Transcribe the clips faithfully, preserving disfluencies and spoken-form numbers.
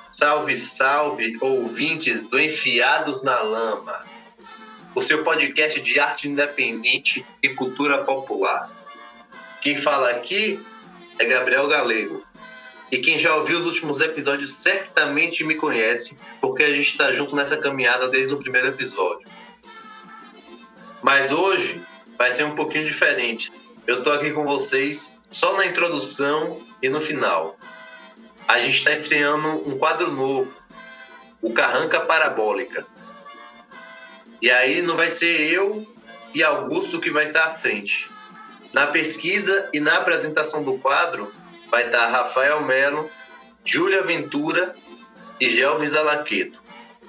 Salve, salve, ouvintes do Enfiados na Lama, o seu podcast de arte independente e cultura popular. Quem fala aqui é Gabriel Galego. E quem já ouviu os últimos episódios certamente me conhece, porque a gente está junto nessa caminhada desde o primeiro episódio. Mas hoje vai ser um pouquinho diferente. Eu tô aqui com vocês só na introdução e no final. A gente está estreando um quadro novo, o Carranca Parabólica. E aí não vai ser eu e Augusto que vai estar à frente. Na pesquisa e na apresentação do quadro vai estar Rafael Melo, Júlia Ventura e Gelvis Alaqueto.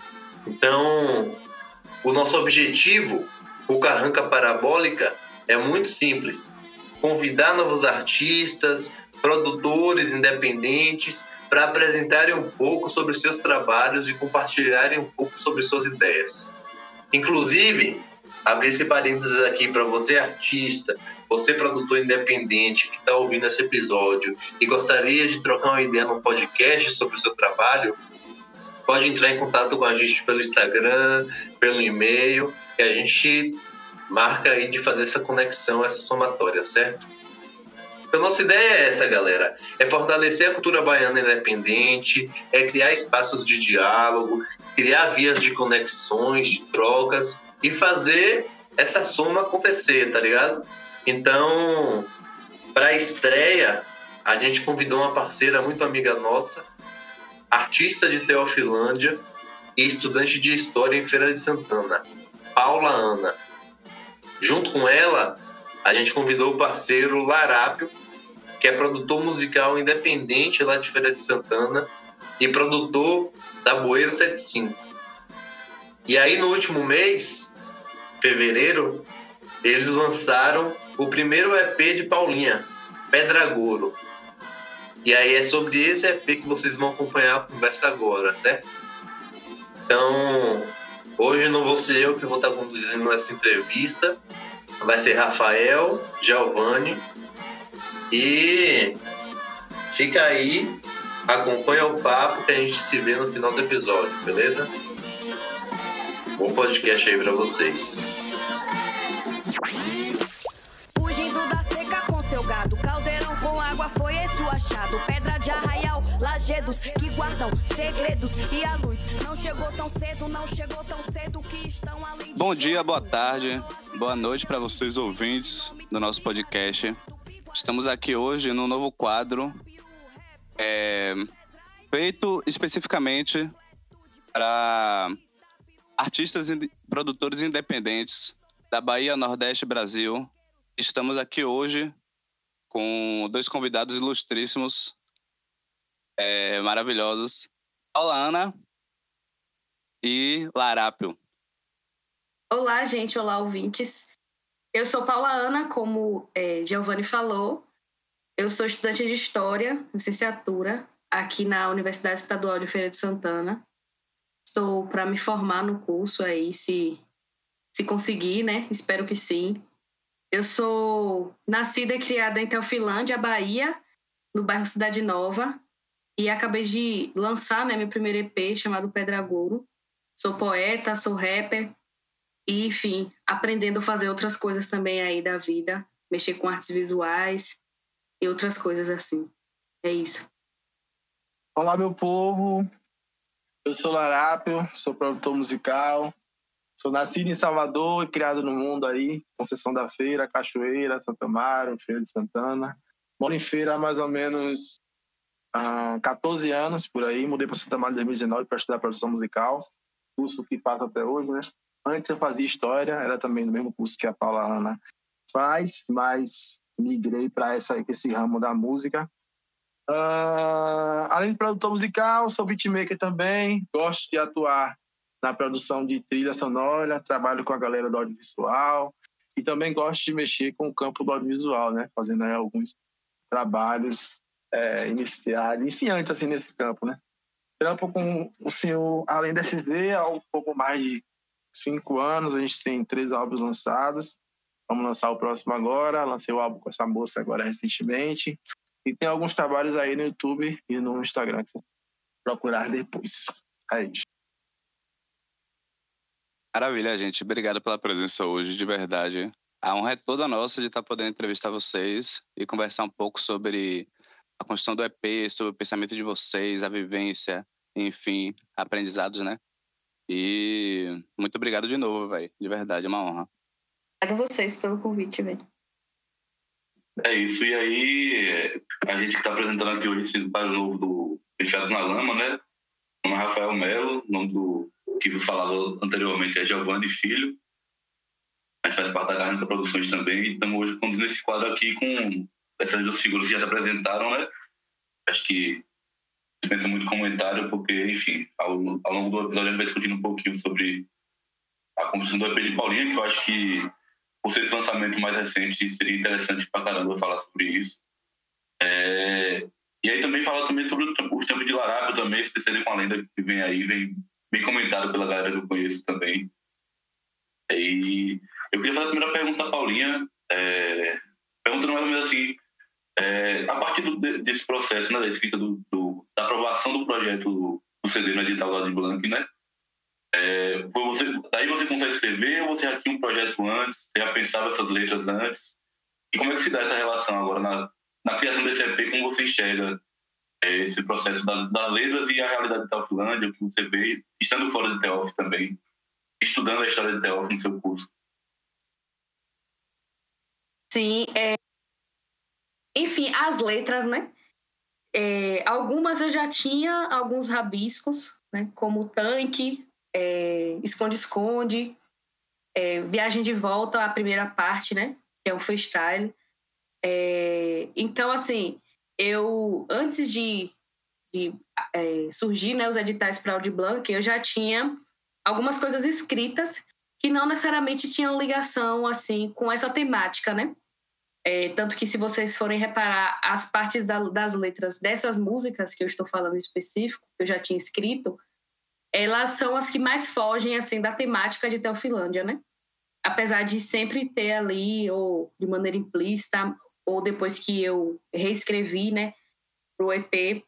Então, o nosso objetivo, o Carranca Parabólica, é muito simples. Convidar novos artistas, produtores independentes para apresentarem um pouco sobre seus trabalhos e compartilharem um pouco sobre suas ideias. Inclusive, abrir esse parênteses aqui para você artista, você produtor independente que está ouvindo esse episódio e gostaria de trocar uma ideia no podcast sobre o seu trabalho, pode entrar em contato com a gente pelo Instagram, pelo e-mail, e a gente marca aí de fazer essa conexão, essa somatória, certo? Então, nossa ideia é essa, galera. É fortalecer a cultura baiana independente, é criar espaços de diálogo, criar vias de conexões, de trocas e fazer essa soma acontecer, tá ligado? Então, para a estreia, a gente convidou uma parceira muito amiga nossa, artista de Teofilândia e estudante de História em Feira de Santana, Paula Ana. Junto com ela, a gente convidou o parceiro Larápio, que é produtor musical independente lá de Feira de Santana e produtor da Bueiro setenta e cinco. E aí, no último mês, fevereiro, eles lançaram o primeiro E P de Paulinha, Pedragouro. E aí é sobre esse E P que vocês vão acompanhar a conversa agora, certo? Então, hoje não vou ser eu que vou estar conduzindo essa entrevista, vai ser Rafael, Giovanni, e fica aí, acompanha o papo que a gente se vê no final do episódio, beleza? Bom podcast aí pra vocês. Fugindo da seca com seu gado, caldeirão com água foi esse o achado. Pedra de arraial, lajedos que guardam segredos e a luz não chegou tão cedo, não chegou tão cedo que estão além de... Bom dia, boa tarde, boa noite para vocês ouvintes do nosso podcast. Estamos aqui hoje num novo quadro é, feito especificamente para artistas e produtores independentes da Bahia, Nordeste e Brasil. Estamos aqui hoje com dois convidados ilustríssimos, é, maravilhosos, Paula Ana e Larápio. Olá, gente. Olá, ouvintes. Eu sou Paula Ana, como é, Giovanni falou. Eu sou estudante de História, licenciatura, aqui na Universidade Estadual de Feira de Santana. Estou para me formar no curso aí, se, se conseguir, né? Espero que sim. Eu sou nascida e criada em Teofilândia, Bahia, no bairro Cidade Nova, e acabei de lançar, né, meu primeiro E P chamado Pedragouro. Sou poeta, sou rapper, e, enfim, aprendendo a fazer outras coisas também aí da vida, mexer com artes visuais e outras coisas assim. É isso. Olá, meu povo. Eu sou Larápio, sou produtor musical. Sou nascido em Salvador e criado no mundo aí, Conceição da Feira, Cachoeira, Santa Amaro, Feira de Santana. Moro em Feira há mais ou menos há catorze anos, por aí. Mudei para Santa Amaro em dois mil e dezenove para estudar produção musical, curso que passa até hoje, né? Antes eu fazia História, era também no mesmo curso que a Paula Ana faz, mas migrei para esse ramo da música. Uh, além de produtor musical, sou beatmaker também, gosto de atuar na produção de trilha sonora, trabalho com a galera do audiovisual e também gosto de mexer com o campo do audiovisual, né? Fazendo aí alguns trabalhos é, iniciais, iniciantes assim, nesse campo, né? Trampo com o senhor Além da S Z há um pouco mais de cinco anos, a gente tem três álbuns lançados. Vamos lançar o próximo agora, lancei o álbum com essa moça agora recentemente. E tem alguns trabalhos aí no YouTube e no Instagram. Procura procurar depois. É isso. Maravilha, gente. Obrigado pela presença hoje, de verdade. A honra é toda nossa de estar podendo entrevistar vocês e conversar um pouco sobre a construção do E P, sobre o pensamento de vocês, a vivência, enfim, aprendizados, né? E muito obrigado de novo, velho. De verdade, é uma honra. Obrigada a vocês pelo convite, velho. É isso. E aí, a gente que está apresentando aqui hoje esse trabalho novo do Fechados na Lama, né? O nome é Rafael Melo, o nome do que eu falava anteriormente é Giovanni Filho. A gente faz parte da Garganta Produções também. E estamos hoje conduzindo esse quadro aqui com essas duas figuras que já se apresentaram, né? Acho que dispensa muito comentário, porque, enfim, ao, ao longo do episódio a gente vai discutindo um pouquinho sobre a construção do E P de Paulinha, que eu acho que, por ser esse lançamento mais recente, seria interessante pra caramba falar sobre isso. É... E aí também falar também sobre os tempos de Larápio também, esse terceiro com a lenda que vem aí, vem bem comentado pela galera que eu conheço também. E eu queria fazer a primeira pergunta à Paulinha, é... perguntando mais ou menos assim, é... a partir do, desse processo, né, da escrita do, do, da aprovação do projeto do C D no edital do Aldir Blanc, né? É... Foi você, daí você começou a escrever ou você já tinha um projeto antes, você já pensava essas letras antes? E como é que se dá essa relação agora na, na criação desse E P, como você enxerga é, esse processo das, das letras e a realidade de Teofilândia, o que você vê, estando fora de Teófilo também, estudando a história de Teófilo no seu curso? Sim, é... enfim, as letras, né? É, algumas eu já tinha alguns rabiscos, né? Como Tanque, é, Esconde-Esconde, é, Viagem de Volta, a primeira parte, né? Que é o freestyle. É, então, assim, eu, antes de, de é, surgir, né, os editais para Aldir Blanc, eu já tinha algumas coisas escritas que não necessariamente tinham ligação, assim, com essa temática, né? É, tanto que, se vocês forem reparar, as partes da, das letras dessas músicas que eu estou falando em específico, que eu já tinha escrito, elas são as que mais fogem, assim, da temática de Teofilândia, né? Apesar de sempre ter ali, ou de maneira implícita, ou depois que eu reescrevi, né, pro E P,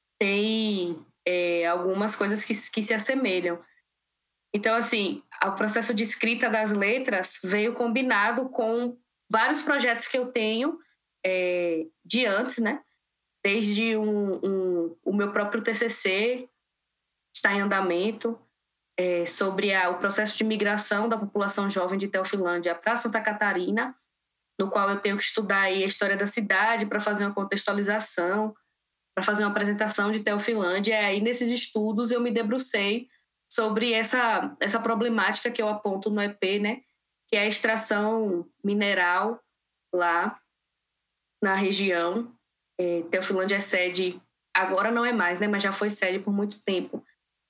tem é, algumas coisas que, que se assemelham. Então, assim, o processo de escrita das letras veio combinado com vários projetos que eu tenho é, de antes, né? Desde um, um, o meu próprio T C C está em andamento, é, sobre a, o processo de migração da população jovem de Teofilândia para Santa Catarina, no qual eu tenho que estudar aí a história da cidade para fazer uma contextualização, para fazer uma apresentação de Teofilândia. E aí, nesses estudos, eu me debrucei sobre essa, essa problemática que eu aponto no E P, né? Que é a extração mineral lá na região. É, Teofilândia é sede, agora não é mais, né? Mas já foi sede por muito tempo,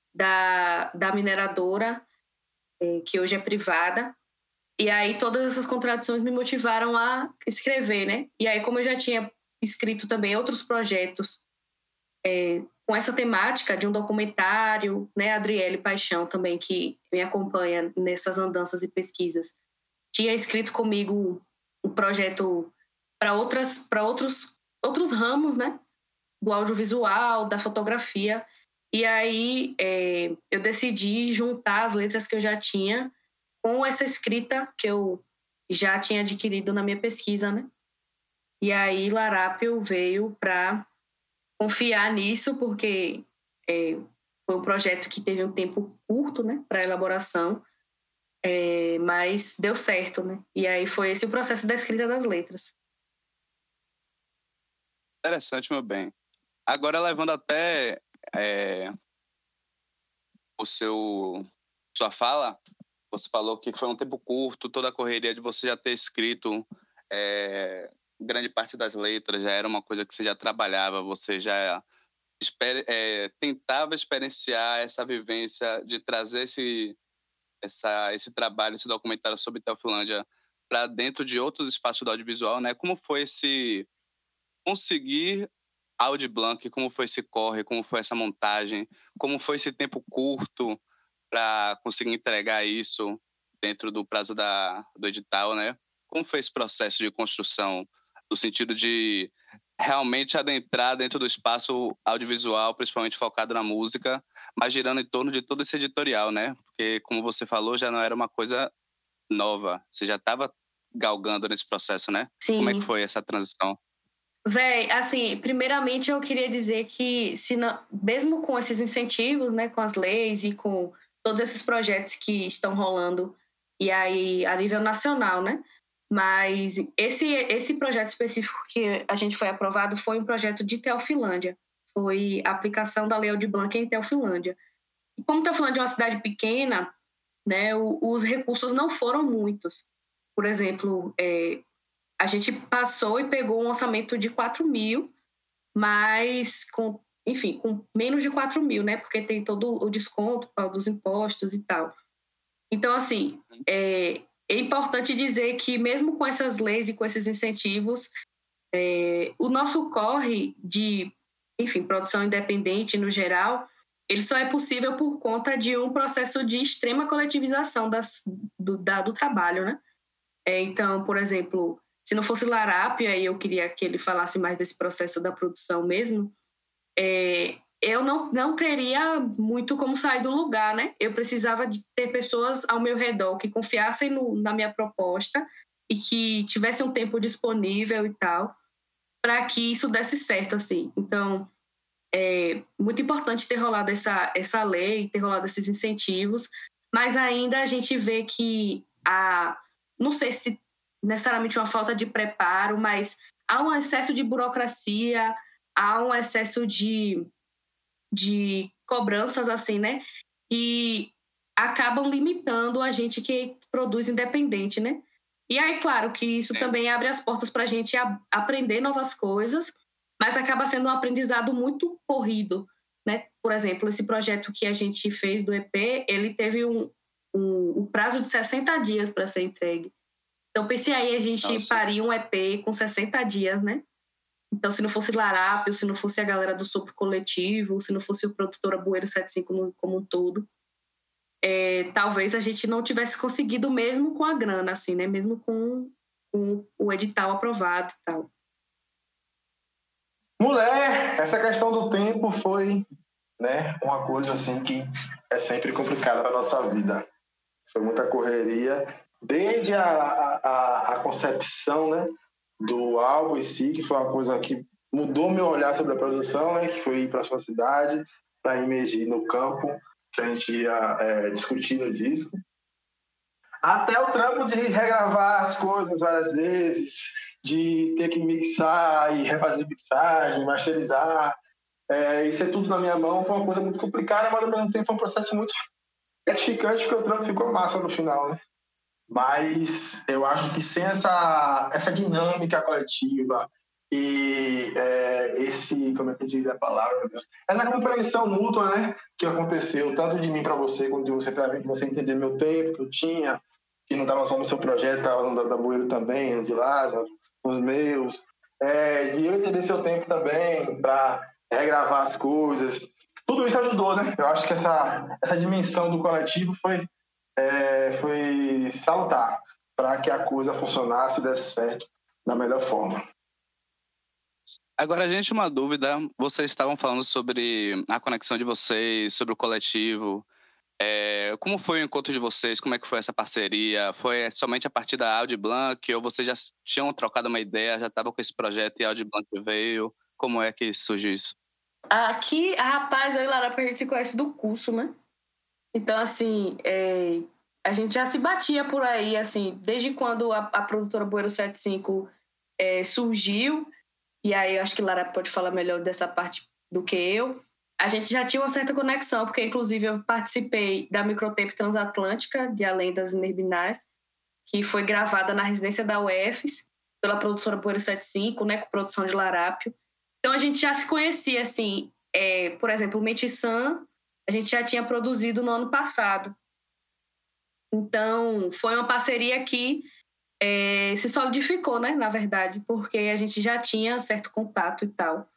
da, da mineradora, é, que hoje é privada. E aí todas essas contradições me motivaram a escrever, né? E aí, como eu já tinha escrito também outros projetos é, com essa temática de um documentário, né? A Adriele Paixão também, que me acompanha nessas andanças e pesquisas, tinha escrito comigo um projeto para outras, para outros, outros ramos, né? Do audiovisual, da fotografia. E aí é, eu decidi juntar as letras que eu já tinha com essa escrita que eu já tinha adquirido na minha pesquisa, né? E aí Larápio veio para confiar nisso, porque é, foi um projeto que teve um tempo curto, né, para elaboração, é, mas deu certo, né? E aí foi esse o processo da escrita das letras. Interessante, meu bem. Agora, levando até é, o seu sua fala, você falou que foi um tempo curto, toda a correria de você já ter escrito é, grande parte das letras, já era uma coisa que você já trabalhava, você já esper, é, tentava experienciar essa vivência de trazer esse, essa, esse trabalho, esse documentário sobre Teofilândia para dentro de outros espaços do audiovisual, né? Como foi esse conseguir Aldir Blanc, como foi esse corre, como foi essa montagem, como foi esse tempo curto para conseguir entregar isso dentro do prazo da, do edital, né? Como foi esse processo de construção, no sentido de realmente adentrar dentro do espaço audiovisual, principalmente focado na música, mas girando em torno de todo esse editorial, né? Porque, como você falou, já não era uma coisa nova. Você já estava galgando nesse processo, né? Sim. Como é que foi essa transição? Véi, assim, primeiramente eu queria dizer que, se não, mesmo com esses incentivos, né, com as leis e com todos esses projetos que estão rolando, e aí a nível nacional, né? Mas esse, esse projeto específico que a gente foi aprovado foi um projeto de Teofilândia. Foi a aplicação da Lei Aldir Blanc em Teofilândia. E como Teofilândia é uma cidade pequena, né, o, os recursos não foram muitos. Por exemplo, é, a gente passou e pegou um orçamento de quatro mil, mas, com, enfim, com menos de quatro mil, né? Porque tem todo o desconto dos impostos e tal. Então, assim, é, é importante dizer que mesmo com essas leis e com esses incentivos, é, o nosso corre de, enfim, produção independente no geral, ele só é possível por conta de um processo de extrema coletivização das, do, da, do trabalho, né? É, então, por exemplo, se não fosse Larápio, aí eu queria que ele falasse mais desse processo da produção mesmo, é, eu não, não teria muito como sair do lugar, né? Eu precisava de ter pessoas ao meu redor que confiassem no, na minha proposta e que tivessem um tempo disponível e tal, para que isso desse certo, assim. Então, é muito importante ter rolado essa, essa lei, ter rolado esses incentivos, mas ainda a gente vê que há, não sei se necessariamente uma falta de preparo, mas há um excesso de burocracia, há um excesso de, de cobranças, assim, né? Que acabam limitando a gente que produz independente, né? E aí, claro, que isso é. também abre as portas para a gente a, aprender novas coisas, mas acaba sendo um aprendizado muito corrido, né? Por exemplo, esse projeto que a gente fez do E P, ele teve um, um, um prazo de sessenta dias para ser entregue. Então, pensei aí, a gente Nossa. faria um E P com sessenta dias, né? Então, se não fosse Larápio, se não fosse a galera do Sopro Coletivo, se não fosse o Produtora Bueiro setenta e cinco no, como um todo, é, talvez a gente não tivesse conseguido mesmo com a grana, assim, né? Mesmo com, com o edital aprovado e tal. Mulher, essa questão do tempo foi, né, uma coisa assim que é sempre complicada para nossa vida. Foi muita correria, desde a, a, a concepção, né, do álbum em si, que foi uma coisa que mudou meu olhar sobre a produção, né, que foi ir para a sua cidade, para emergir no campo, que a gente ia é, discutir no disco. Até o trampo de regravar as coisas várias vezes, de ter que mixar e refazer mixagem, masterizar, é, isso é tudo na minha mão, foi uma coisa muito complicada, mas ao mesmo tempo foi um processo muito gratificante, porque o trampo ficou massa no final, né? Mas eu acho que sem essa, essa dinâmica coletiva e é, esse, como é que eu diria a palavra, meu Deus, essa compreensão mútua, né, que aconteceu, tanto de mim para você, quanto de você para mim, você entender meu tempo que eu tinha, que não estava só no seu projeto, estava no da, da Bueiro também, de Lázaro, os meus, é, de eu entender seu tempo também para regravar as coisas, tudo isso ajudou, né? Eu acho que essa, essa dimensão do coletivo foi, é, foi salutar para que a coisa funcionasse e desse certo da melhor forma. Agora, gente, uma dúvida. Vocês estavam falando sobre a conexão de vocês, sobre o coletivo. É, como foi o encontro de vocês? Como é que foi essa parceria? Foi somente a partir da Aldir Blanc ou vocês já tinham trocado uma ideia, já estavam com esse projeto e a Aldir Blanc veio? Como é que surgiu isso? Aqui, rapaz, eu e Larápio, a gente se conhece do curso, né? Então, assim, é, a gente já se batia por aí, assim, desde quando a, a produtora Bueiro setenta e cinco é, surgiu, e aí eu acho que Larápio pode falar melhor dessa parte do que eu, a gente já tinha uma certa conexão, porque, inclusive, eu participei da Microtempo Transatlântica, de Além das Inerbinais, que foi gravada na residência da U F S, pela produtora Bueiro setenta e cinco, né, com produção de Larápio. Então, a gente já se conhecia, assim, é, por exemplo, o Metissan, a gente já tinha produzido no ano passado. Então, foi uma parceria que é, se solidificou, né, na verdade, porque a gente já tinha certo contato e tal.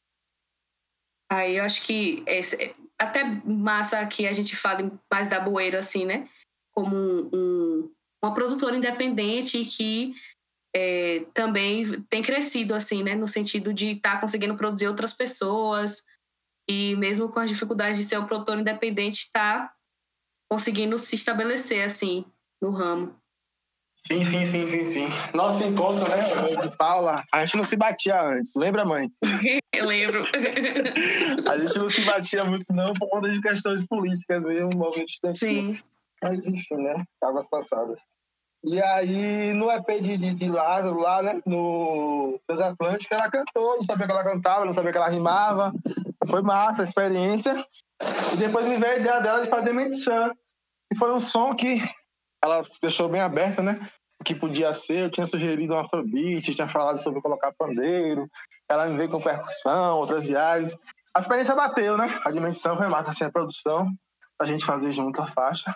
Aí eu acho que é, até massa que a gente fale mais da Bueiro, assim, né, como um, um, uma produtora independente que é, também tem crescido, assim, né? No sentido de estar tá conseguindo produzir outras pessoas e mesmo com as dificuldades de ser um produtor independente, tá conseguindo se estabelecer, assim, no ramo. Sim, sim, sim, sim, sim. Nosso encontro, né, eu de Paula, a gente não se batia antes, lembra, mãe? Eu lembro. A gente não se batia muito, não, por conta de questões políticas mesmo, movimento estudantil. Sim. Mas, enfim, né, águas passadas. E aí, no E P de, de, de Lázaro, lá, né, no Transatlântico, ela cantou, não sabia que ela cantava, não sabia que ela rimava. Foi massa a experiência. E depois me veio a ideia dela de fazer Medicine. E foi um som que ela deixou bem aberta, né? O que podia ser, eu tinha sugerido um afrobeat, tinha falado sobre colocar pandeiro, ela me veio com percussão, outras viagens. A experiência bateu, né? A dimensão foi massa, assim, a produção, a gente fazer junto a faixa.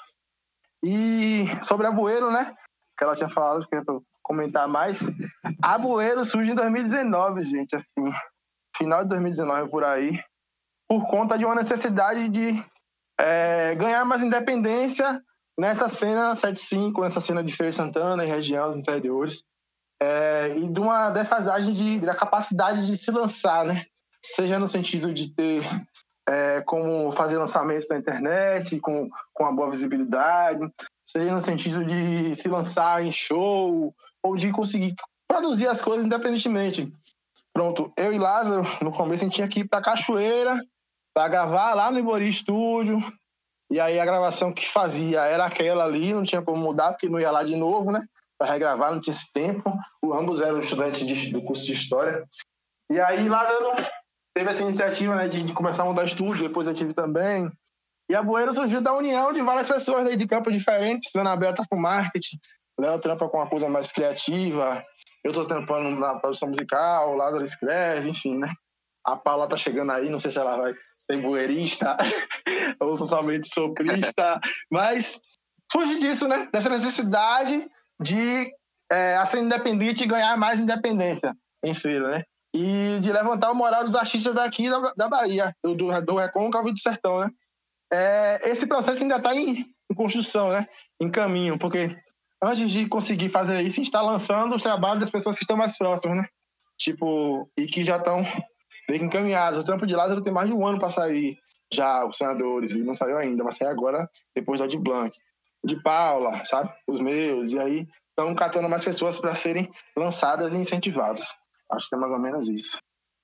E sobre a Bueiro, né? Que ela tinha falado, que eu comentar mais. A Bueiro surge em dois mil e dezenove, gente, assim, final de dois mil e dezenove, por aí, por conta de uma necessidade de é, ganhar mais independência nessa cena sete cinco, nessa cena de Feira de Santana e regiões interiores, é, e de uma defasagem de, da capacidade de se lançar, né? Seja no sentido de ter é, como fazer lançamentos na internet, com, com uma boa visibilidade, seja no sentido de se lançar em show, ou de conseguir produzir as coisas independentemente. Pronto, eu e Lázaro, no começo a gente tinha que ir para Cachoeira, para gravar lá no Ibori Studio. E aí a gravação que fazia era aquela ali, não tinha como mudar, porque não ia lá de novo, né? Para regravar, não tinha esse tempo. O ambos eram estudantes de, do curso de História. E aí lá teve essa iniciativa, né, de, de começar a mudar estúdio, depois eu tive também. E a Bueiro surgiu da união de várias pessoas, né, de campos diferentes. Anabel tá com marketing, Léo trampa com uma coisa mais criativa, eu tô trampando na produção musical, o Lázaro escreve, enfim, né? A Paula tá chegando aí, não sei se ela vai ser bueirista ou totalmente soprista, mas surge disso, né? Dessa necessidade de é, ser independente e ganhar mais independência em feira, né? E de levantar o moral dos artistas daqui da, da Bahia, do, do, do Recôncavo e do Sertão, né? É, esse processo ainda está em, em construção, né? Em caminho, porque antes de conseguir fazer isso, a gente está lançando os trabalhos das pessoas que estão mais próximas, né? Tipo, e que já estão bem encaminhados. O Trampo de Lázaro tem mais de um ano para sair já, os sonhadores, e não saiu ainda, mas sai agora, depois da de Blanc. De Paula, sabe? Os meus, e aí estão catando mais pessoas para serem lançadas e incentivadas. Acho que é mais ou menos isso.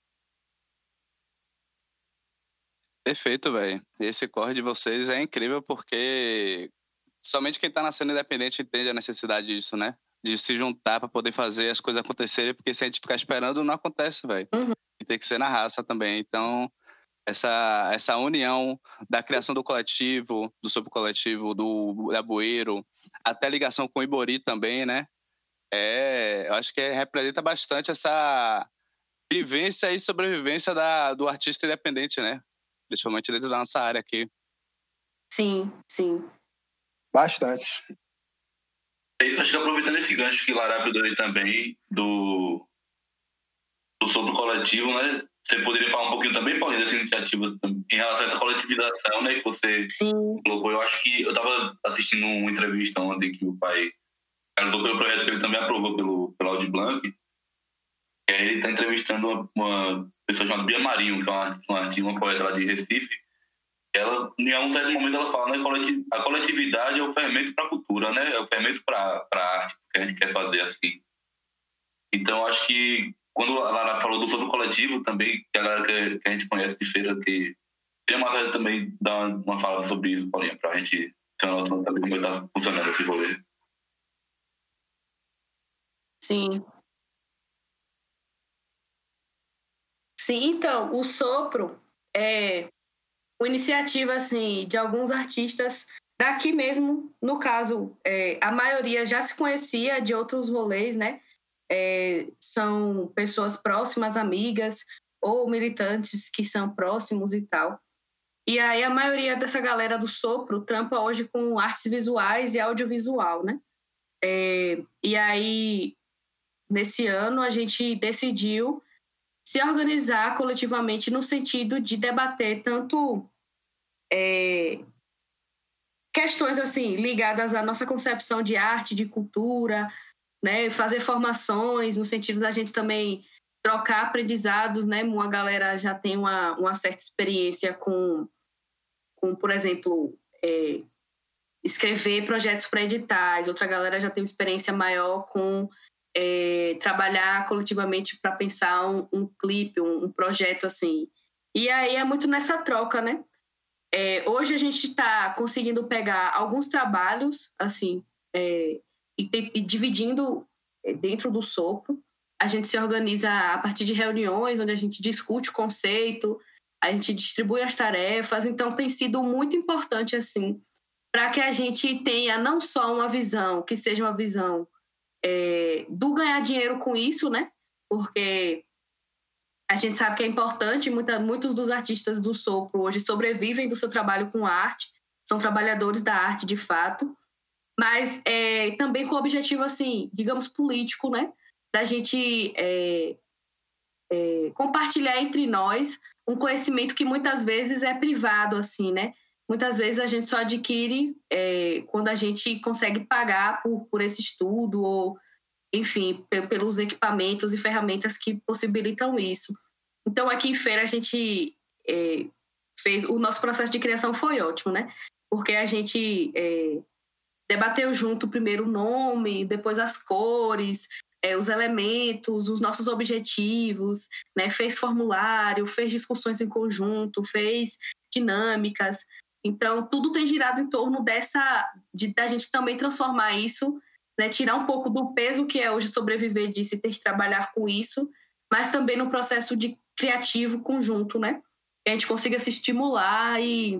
Perfeito, velho. Esse corre de vocês é incrível porque somente quem tá na cena independente entende a necessidade disso, né? De se juntar para poder fazer as coisas acontecerem, porque se a gente ficar esperando, não acontece, velho. Uhum. Tem que ser na raça também. Então, essa, essa união da criação do coletivo, do subcoletivo, do da Bueiro, até a ligação com o Ibori também, né? É, eu acho que é, representa bastante essa vivência e sobrevivência da, do artista independente, né? Principalmente dentro da nossa área aqui. Sim, sim. Bastante. É isso, acho que aproveitando esse gancho que o Larápio deu aí também, do, do sobre o coletivo, né? Você poderia falar um pouquinho também, Paulinho, dessa iniciativa em relação a essa coletivização, né? Que você Sim. colocou. Eu acho que eu estava assistindo uma entrevista onde que o pai casou pelo projeto que ele também aprovou pelo, pelo Audi Blanc. E aí ele está entrevistando uma, uma pessoa chamada Bia Marinho, que é uma, uma, uma poeta lá de Recife. Ela, em um certo momento, ela fala, né, a coletividade é o fermento para a cultura, né? É o fermento para a arte que a gente quer fazer assim. Então, acho que quando a Lara falou do sobre coletivo também, que a galera que, que a gente conhece de feira, que tem uma também dar uma fala sobre isso, Paulinha, para a gente ter uma noção também como está funcionando esse rolê. Sim. Sim, então, o Sopro é uma iniciativa, assim, de alguns artistas daqui mesmo. No caso, é, a maioria já se conhecia de outros rolês, né? É, são pessoas próximas, amigas, ou militantes que são próximos e tal. E aí a maioria dessa galera do Sopro trampa hoje com artes visuais e audiovisual, né? É, e aí, nesse ano, a gente decidiu se organizar coletivamente no sentido de debater tanto é, questões assim ligadas à nossa concepção de arte, de cultura, né? Fazer formações no sentido da gente também trocar aprendizados, né? Uma galera já tem uma, uma certa experiência com, com por exemplo, é, escrever projetos para editais, outra galera já tem uma experiência maior com é, trabalhar coletivamente para pensar um, um clipe, um, um projeto assim. E aí é muito nessa troca, né? É, hoje a gente está conseguindo pegar alguns trabalhos, assim, é, e, e dividindo dentro do Sopro. A gente se organiza a partir de reuniões, onde a gente discute o conceito, a gente distribui as tarefas. Então, tem sido muito importante, assim, para que a gente tenha não só uma visão, que seja uma visão é, do ganhar dinheiro com isso, né? Porque a gente sabe que é importante, muita, muitos dos artistas do Sopro hoje sobrevivem do seu trabalho com arte, são trabalhadores da arte, de fato, mas é, também com o objetivo, assim, digamos, político, né? Da gente é, é, compartilhar entre nós um conhecimento que muitas vezes é privado, assim, né? Muitas vezes a gente só adquire é, quando a gente consegue pagar por, por esse estudo ou, enfim, pelos equipamentos e ferramentas que possibilitam isso. Então, aqui em Feira, a gente é, fez... O nosso processo de criação foi ótimo, né? Porque a gente é, debateu junto primeiro o nome, depois as cores, é, os elementos, os nossos objetivos, né? Fez formulário, fez discussões em conjunto, fez dinâmicas. Então, tudo tem girado em torno dessa... de da gente também transformar isso, né? Tirar um pouco do peso que é hoje sobreviver disso e ter que trabalhar com isso, mas também no processo de criativo conjunto, né? Que a gente consiga se estimular e,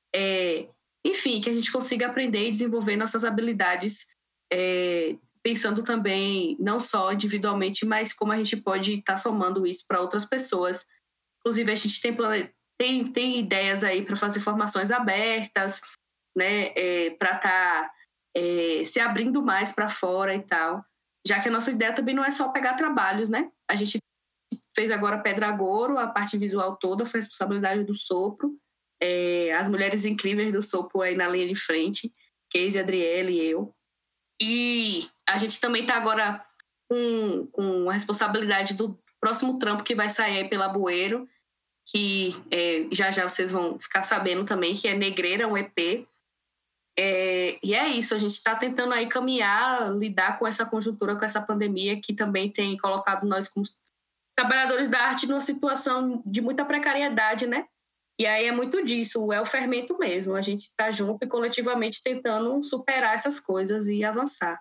é, enfim, que a gente consiga aprender e desenvolver nossas habilidades, é, pensando também não só individualmente, mas como a gente pode estar tá somando isso para outras pessoas. Inclusive, a gente tem, tem, tem ideias aí para fazer formações abertas, né? É, para estar tá, é, se abrindo mais para fora e tal, já que a nossa ideia também não é só pegar trabalhos, né? A gente fez agora Pedra Goro, a parte visual toda foi a responsabilidade do Sopro. É, as mulheres incríveis do Sopro aí na linha de frente, Casey, Adriele e eu. E a gente também está agora com, com a responsabilidade do próximo trampo que vai sair aí pela Bueiro, que é, já já vocês vão ficar sabendo também, que é Negreira, um E P. É, e é isso, a gente está tentando aí caminhar, lidar com essa conjuntura, com essa pandemia que também tem colocado nós como trabalhadores da arte numa situação de muita precariedade, né? E aí é muito disso, é o fermento mesmo. A gente está junto e coletivamente tentando superar essas coisas e avançar.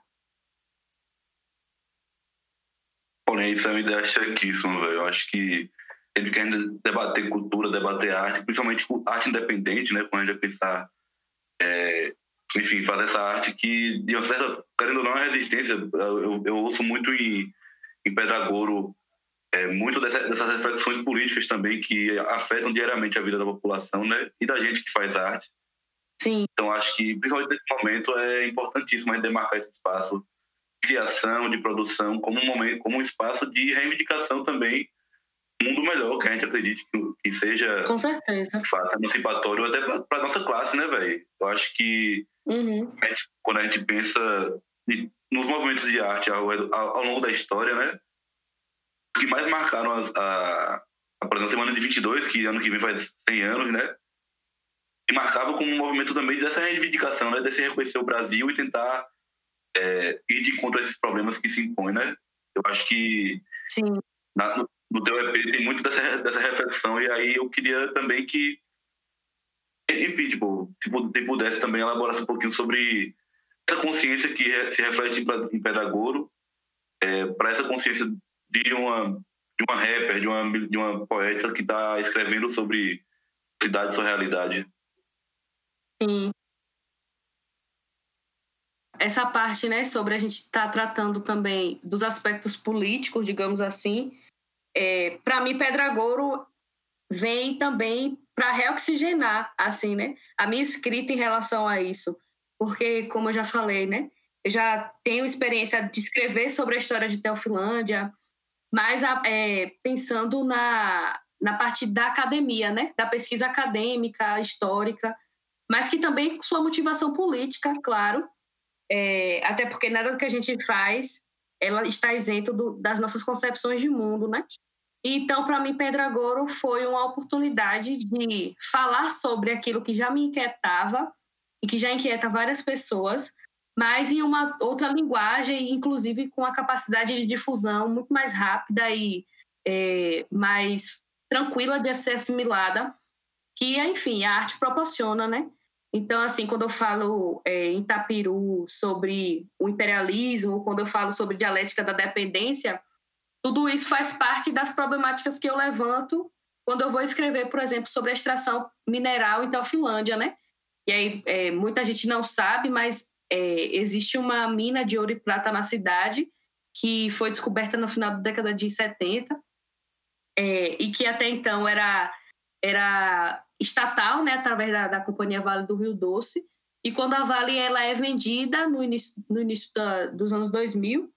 Porém, isso é uma ideia chequíssima, velho. Eu acho que ele quer debater cultura, debater arte, principalmente arte independente, né? Quando a gente vai pensar, é, enfim, fazer essa arte que, de uma certa, querendo ou não, é resistência. Eu, eu ouço muito em, em Pedra Goro, É, muito dessa, dessas reflexões políticas também que afetam diariamente a vida da população, né? E da gente que faz arte. Sim. Então, acho que, principalmente nesse momento, é importantíssimo a gente demarcar esse espaço de criação, de produção, como um momento, como um espaço de reivindicação também, um mundo melhor, que a gente acredite que, que seja, com certeza, de fato, emancipatório até para a nossa classe, né, velho? Eu acho que uhum. a gente, quando a gente pensa nos movimentos de arte ao, ao, ao longo da história, né? Que mais marcaram a, a, a por exemplo, Semana de vinte e dois, que ano que vem faz cem anos, né? E marcava como um movimento também dessa reivindicação, né? Desse reconhecer o Brasil e tentar é, ir de encontro a esses problemas que se impõem, né? Eu acho que Sim. Na, no, no teu E P tem muito dessa, dessa reflexão, e aí eu queria também que, enfim, tipo, se, se pudesse também elaborar um pouquinho sobre essa consciência que se reflete em, em Pedra Goro, é, para essa consciência de uma, de uma rapper, de uma, de uma poeta que está escrevendo sobre cidade e sua realidade. Sim. Essa parte, né, sobre a gente estar tá tratando também dos aspectos políticos, digamos assim, é, para mim, Pedra Goro vem também para reoxigenar, assim, né, a minha escrita em relação a isso. Porque, como eu já falei, né, eu já tenho experiência de escrever sobre a história de Teofilândia, mas é, pensando na, na parte da academia, né? Da pesquisa acadêmica, histórica, mas que também com sua motivação política, claro, é, até porque nada do que a gente faz ela está isento do, das nossas concepções de mundo, né? Então, para mim, Pedragoro foi uma oportunidade de falar sobre aquilo que já me inquietava e que já inquieta várias pessoas, mas em uma outra linguagem, inclusive com a capacidade de difusão muito mais rápida e é, mais tranquila de ser assimilada, que, enfim, a arte proporciona, né? Então, assim, quando eu falo é, em Tapiru sobre o imperialismo, quando eu falo sobre dialética da dependência, tudo isso faz parte das problemáticas que eu levanto quando eu vou escrever, por exemplo, sobre a extração mineral em Teofilândia, né? E aí, é, muita gente não sabe, mas é, existe uma mina de ouro e prata na cidade que foi descoberta no final da década de setenta é, e que até então era, era estatal, né, através da, da Companhia Vale do Rio Doce. E quando a Vale ela é vendida no início, no início da, dos anos dois mil,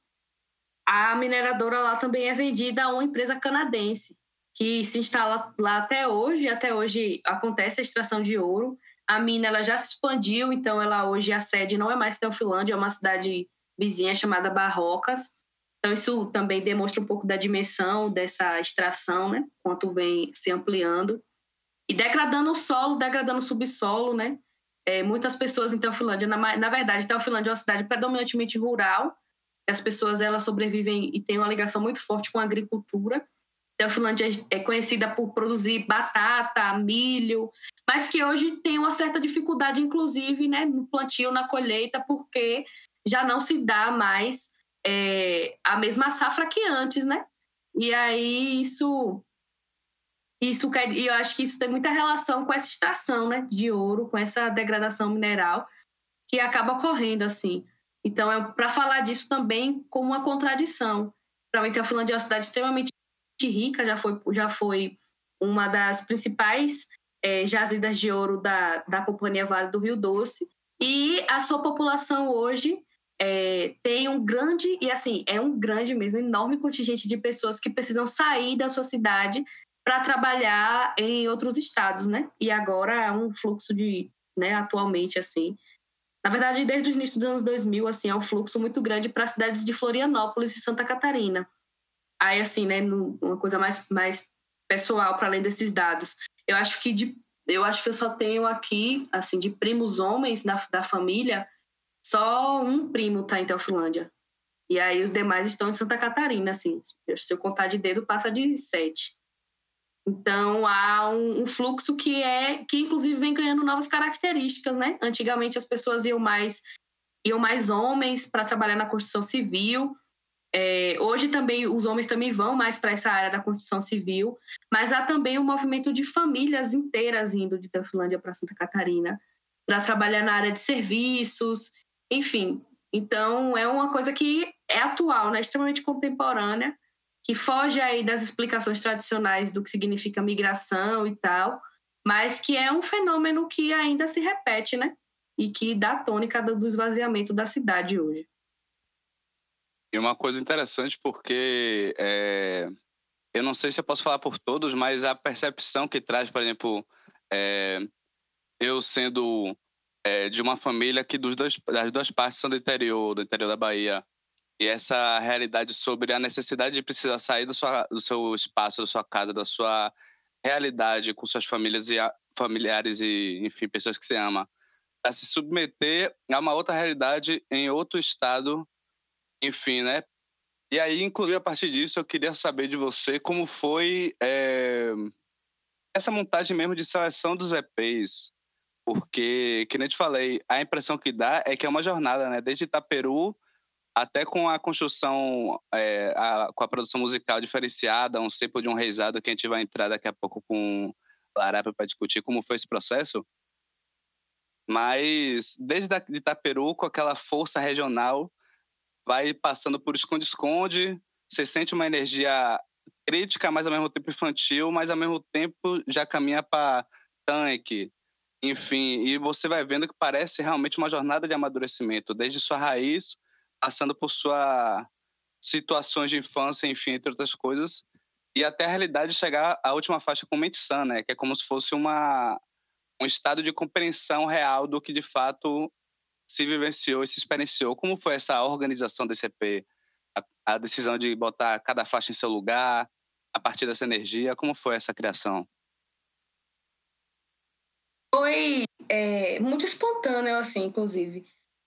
a mineradora lá também é vendida a uma empresa canadense que se instala lá até hoje. Até hoje acontece a extração de ouro. A mina ela já se expandiu, então ela hoje a sede não é mais Teofilândia, é uma cidade vizinha chamada Barrocas. Então isso também demonstra um pouco da dimensão dessa extração, né? Quanto vem se ampliando e degradando o solo, degradando o subsolo, né? É, muitas pessoas em Teofilândia, na, na verdade, Teofilândia é uma cidade predominantemente rural. As pessoas elas sobrevivem e têm uma ligação muito forte com a agricultura. Teofilândia é conhecida por produzir batata, milho, mas que hoje tem uma certa dificuldade, inclusive, né, no plantio, na colheita, porque já não se dá mais é, a mesma safra que antes, né? E aí isso, isso quer, e eu acho que isso tem muita relação com essa extração, né, de ouro, com essa degradação mineral que acaba ocorrendo assim. Então, é para falar disso também como uma contradição. Para mim, Teofilândia é uma cidade extremamente rica, já foi, já foi uma das principais é, jazidas de ouro da, da Companhia Vale do Rio Doce, e a sua população hoje é, tem um grande, e assim, é um grande mesmo, enorme contingente de pessoas que precisam sair da sua cidade para trabalhar em outros estados, né? E agora é um fluxo de, né, atualmente, assim, na verdade, desde o início dos anos dois mil, assim, é um fluxo muito grande para a cidade de Florianópolis e Santa Catarina. Aí, assim, né, uma coisa mais, mais pessoal, para além desses dados. Eu acho que de, eu acho que eu só tenho aqui, assim, de primos homens da, da família, só um primo está em Teofilândia. E aí os demais estão em Santa Catarina, assim. Se eu contar de dedo, passa de sete. Então, há um, um fluxo que, é, que, inclusive, vem ganhando novas características, né? Antigamente, as pessoas iam mais, iam mais homens para trabalhar na construção civil. É, hoje, também, os homens também vão mais para essa área da construção civil. Mas há também um movimento de famílias inteiras indo de Teofilândia para Santa Catarina para trabalhar na área de serviços, enfim. Então, é uma coisa que é atual, né? Extremamente contemporânea, que foge aí das explicações tradicionais do que significa migração e tal, mas que é um fenômeno que ainda se repete, né? E que dá a tônica do esvaziamento da cidade hoje. E uma coisa interessante porque, é, eu não sei se eu posso falar por todos, mas a percepção que traz, por exemplo, é, eu sendo é, de uma família que dos dois, das duas partes são do interior, do interior da Bahia, e essa realidade sobre a necessidade de precisar sair do, sua, do seu espaço, da sua casa, da sua realidade com suas famílias e a, familiares e, enfim, pessoas que você ama, para se submeter a uma outra realidade em outro estado, enfim, né? E aí, inclusive, a partir disso, eu queria saber de você como foi é, essa montagem mesmo de seleção dos E Pês, porque, que nem te falei, a impressão que dá é que é uma jornada, né? Desde Itaperu até com a construção, é, a, com a produção musical diferenciada, um Cepo de um Reisado, que a gente vai entrar daqui a pouco com Larápio para discutir como foi esse processo. Mas desde a, de Itaperu, com aquela força regional, vai passando por esconde-esconde, você sente uma energia crítica, mas ao mesmo tempo infantil, mas ao mesmo tempo já caminha para tanque, enfim, e você vai vendo que parece realmente uma jornada de amadurecimento, desde sua raiz, passando por suas situações de infância, enfim, entre outras coisas, e até a realidade de chegar à última faixa com Mente Sã, né? Que é como se fosse uma, um estado de compreensão real do que de fato se vivenciou e se experienciou. Como foi essa organização desse E P? a decisão de botar cada faixa em seu lugar, a partir dessa energia? Como foi essa criação? Foi é, muito espontâneo, assim, inclusive.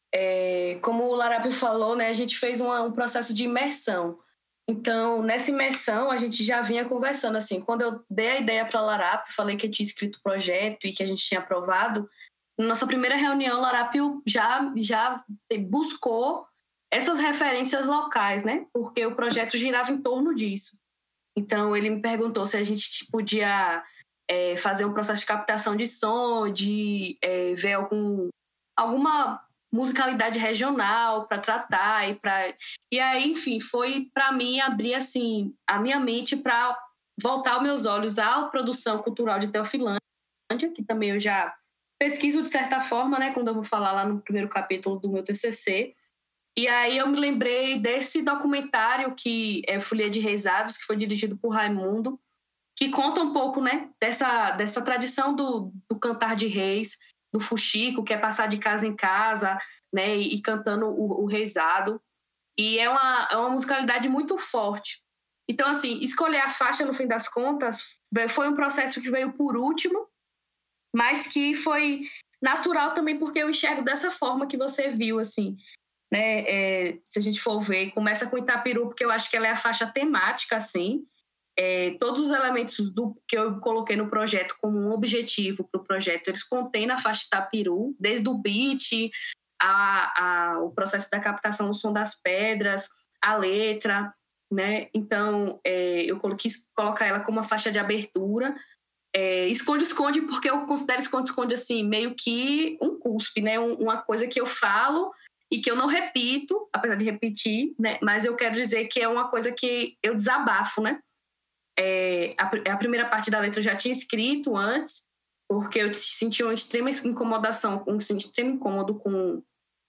É, como o Larápio falou, né, a gente fez uma, um processo de imersão. Então, nessa imersão, a gente já vinha conversando, assim, quando eu dei a ideia para a Larápio, falei que eu tinha escrito o projeto e que a gente tinha aprovado, na nossa primeira reunião, o Larápio já, já buscou essas referências locais, né, porque o projeto girava em torno disso. Então, ele me perguntou se a gente podia é, fazer um processo de captação de som, de é, ver algum, alguma musicalidade regional para tratar e para e aí, enfim, foi para mim abrir assim a minha mente para voltar os meus olhos à produção cultural de Teofilândia, que também eu já pesquiso de certa forma, né, quando eu vou falar lá no primeiro capítulo do meu T C C. E aí eu me lembrei desse documentário que é Folia de Reisados, que foi dirigido por Raimundo, que conta um pouco, né, dessa, dessa tradição do, do cantar de reis, do fuxico, que é passar de casa em casa, né, e, e cantando o, o reisado. E é uma, é uma musicalidade muito forte. Então, assim, escolher a faixa, no fim das contas, foi um processo que veio por último, mas que foi natural também, porque eu enxergo dessa forma que você viu, assim, né, é, se a gente for ver, começa com Itapiru, porque eu acho que ela é a faixa temática, assim, é, todos os elementos do, que eu coloquei no projeto como um objetivo para o projeto, eles contêm na faixa Itapiru, desde o beat, a, a, o processo da captação do som das pedras, a letra, né, então é, eu quis colocar ela como uma faixa de abertura. É, esconde-esconde, porque eu considero esconde-esconde, assim, meio que um cuspe, né, um, uma coisa que eu falo e que eu não repito, apesar de repetir, né? Mas eu quero dizer que é uma coisa que eu desabafo, né? É, a, a primeira parte da letra eu já tinha escrito antes, porque eu senti uma extrema incomodação, um extremo incômodo com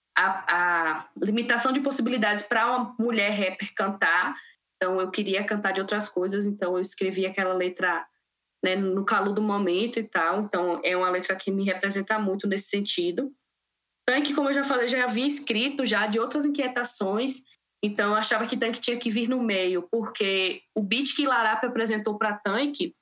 a, a limitação de possibilidades para uma mulher rapper cantar. Então eu queria cantar de outras coisas, então eu escrevi aquela letra, né, no calor do momento e tal. Então é uma letra que me representa muito nesse sentido. Tanque, como eu já falei, eu já havia escrito já de outras inquietações, então eu achava que Tanque tinha que vir no meio, porque o beat que Larápio apresentou para Tanque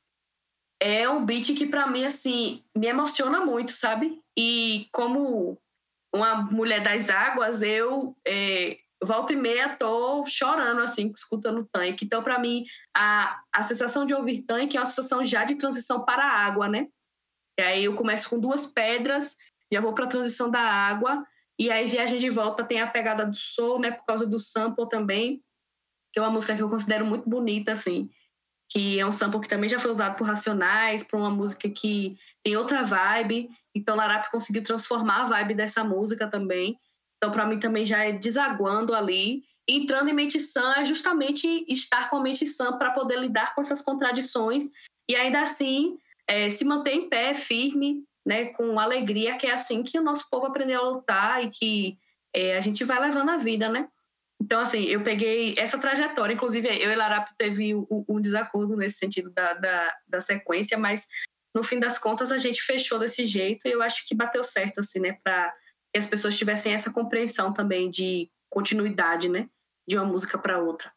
é um beat que, para mim, assim, me emociona muito, sabe? E como uma mulher das águas, eu é, volta e meia tô chorando, assim, escutando Tanque. Então, para mim, a, a sensação de ouvir Tanque é uma sensação já de transição para a água, né? E aí eu começo com duas pedras, já vou para a transição da água, e aí Viagem de Volta tem a pegada do soul, né, por causa do sample também, que é uma música que eu considero muito bonita, assim, que é um sample que também já foi usado por Racionais, para uma música que tem outra vibe, então Larápio conseguiu transformar a vibe dessa música também, então para mim também já é desaguando ali, entrando em mente sã é justamente estar com a mente sã para poder lidar com essas contradições, e ainda assim é, se manter em pé, firme, né, com alegria, que é assim que o nosso povo aprendeu a lutar e que é, a gente vai levando a vida, né? Então, assim, eu peguei essa trajetória, inclusive eu e Larápio teve um, um desacordo nesse sentido da, da, da sequência, mas no fim das contas a gente fechou desse jeito e eu acho que bateu certo, assim, né, para que as pessoas tivessem essa compreensão também de continuidade, né, de uma música para outra.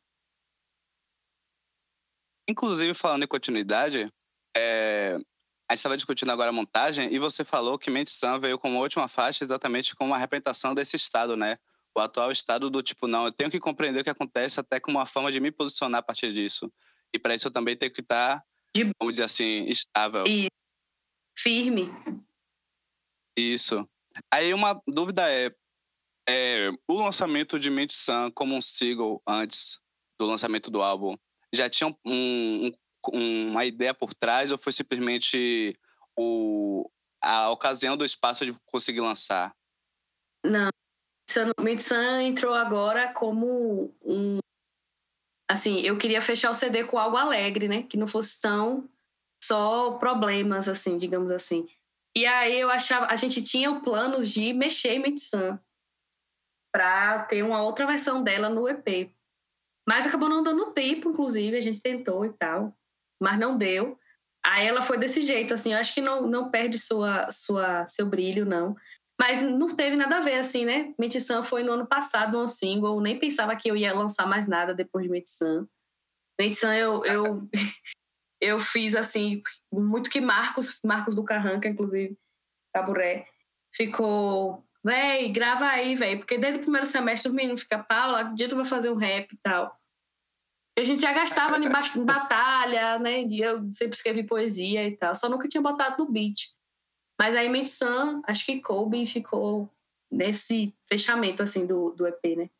Inclusive, falando em continuidade, é... a gente estava discutindo agora a montagem e você falou que Mente Sã veio como última faixa exatamente como uma representação desse estado, né? O atual estado do tipo, não, eu tenho que compreender o que acontece até como uma forma de me posicionar a partir disso. E para isso eu também tenho que estar, de... vamos dizer assim, estável. E firme. Isso. Aí uma dúvida é, é o lançamento de Mente Sã como um single antes do lançamento do álbum, já tinha um, um uma ideia por trás ou foi simplesmente o, a ocasião do espaço de conseguir lançar? Não, Mente Sã entrou agora como um... Assim, eu queria fechar o C D com algo alegre, né? Que não fosse tão só problemas, assim, digamos assim. E aí eu achava... A gente tinha planos de mexer em Mente Sã para ter uma outra versão dela no E P. Mas acabou não dando tempo, inclusive, a gente tentou e tal. Mas não deu. Aí ela foi desse jeito, assim, eu acho que não, não perde sua, sua, seu brilho, não. Mas não teve nada a ver, assim, né? Menti-san foi no ano passado, um single. Nem pensava que eu ia lançar mais nada depois de Menti-san. Menti-san eu, eu, eu fiz, assim, muito que Marcos, Marcos do Carranca, inclusive, Caburé, ficou... Véi, grava aí, véi. Porque desde o primeiro semestre os meninos ficam, Paula, que dia tu vai fazer um rap e tal. A gente já gastava em batalha, né? Eu sempre escrevi poesia e tal. Só nunca tinha botado no beat. Mas aí Menti-san, acho que coube e ficou nesse fechamento, assim, do, do E P, né?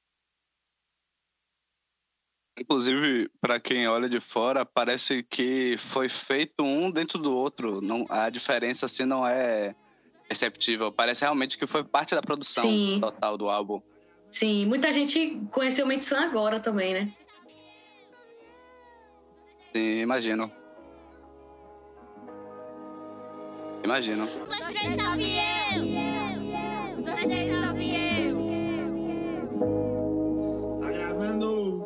Inclusive, para quem olha de fora, parece que foi feito um dentro do outro. Não, a diferença, assim, não é perceptível. Parece realmente que foi parte da produção Sim. total do álbum. Sim, muita gente conheceu Menti-san agora também, né? Sim, imagino. Imagino. Nós três salve eu! Nós três salve eu! Tá gravando!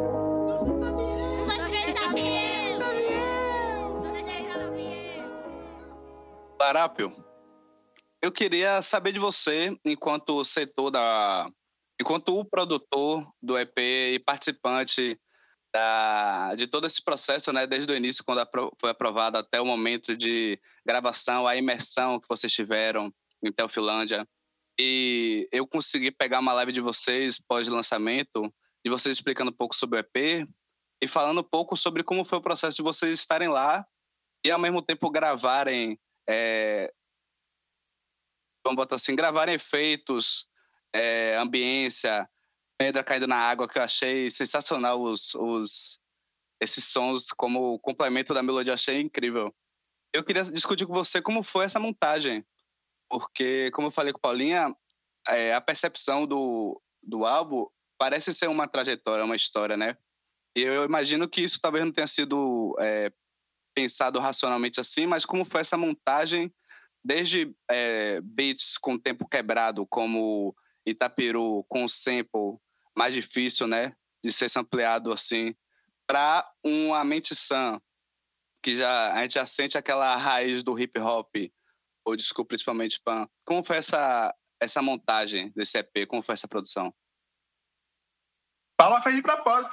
Nós três salve eu! Nós três salve eu! Larápio, eu queria saber de você, enquanto setor da... Enquanto o produtor do E P e participante Da, de todo esse processo, né, desde o início, quando apro- foi aprovado, até o momento de gravação, a imersão que vocês tiveram em Teofilândia. E eu consegui pegar uma live de vocês pós-lançamento, de vocês explicando um pouco sobre o E P e falando um pouco sobre como foi o processo de vocês estarem lá e, ao mesmo tempo, gravarem, é, vamos botar assim, gravarem efeitos, é, ambiência, pedra caindo na água, que eu achei sensacional os, os, esses sons como complemento da melodia, achei incrível. Eu queria discutir com você como foi essa montagem, porque, como eu falei com a Paulinha, é, a percepção do, do álbum parece ser uma trajetória, uma história, né? E eu imagino que isso talvez não tenha sido é, pensado racionalmente assim, mas como foi essa montagem, desde é, beats com tempo quebrado, como Itaperu, com sample, mais difícil, né, de ser sampleado assim, para uma Menti-san, que já a gente já sente aquela raiz do hip hop, ou disco principalmente pan. Como foi essa essa montagem desse E P? Como foi essa produção? Paula fez de propósito.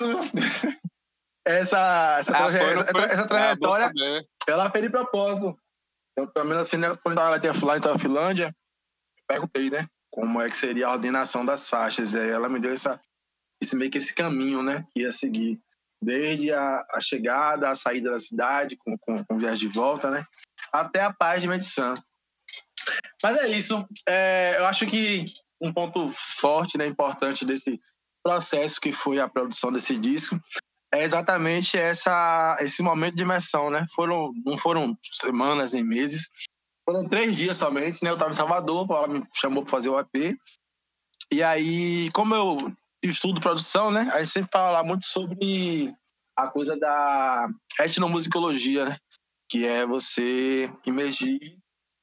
essa essa, ah, traje... foi, essa, foi? essa trajetória, ah, ela fez de propósito. Eu, pelo menos assim, né, quando ela tinha lá em Teofilândia, perguntei, né, como é que seria a ordenação das faixas. E aí ela me deu essa esse meio que esse caminho, né, que ia seguir desde a, a chegada, a saída da cidade, com, com, com viagem de volta, né, até a paz de Menti-san. Mas é isso. É, eu acho que um ponto forte, né, importante desse processo que foi a produção desse disco é exatamente essa, esse momento de imersão, né? Foram, não foram semanas nem meses, foram três dias somente, né? Eu estava em Salvador, ela me chamou para fazer o E P. E aí, como eu estudo produção, né? A gente sempre fala lá muito sobre a coisa da etnomusicologia, né? Que é você imergir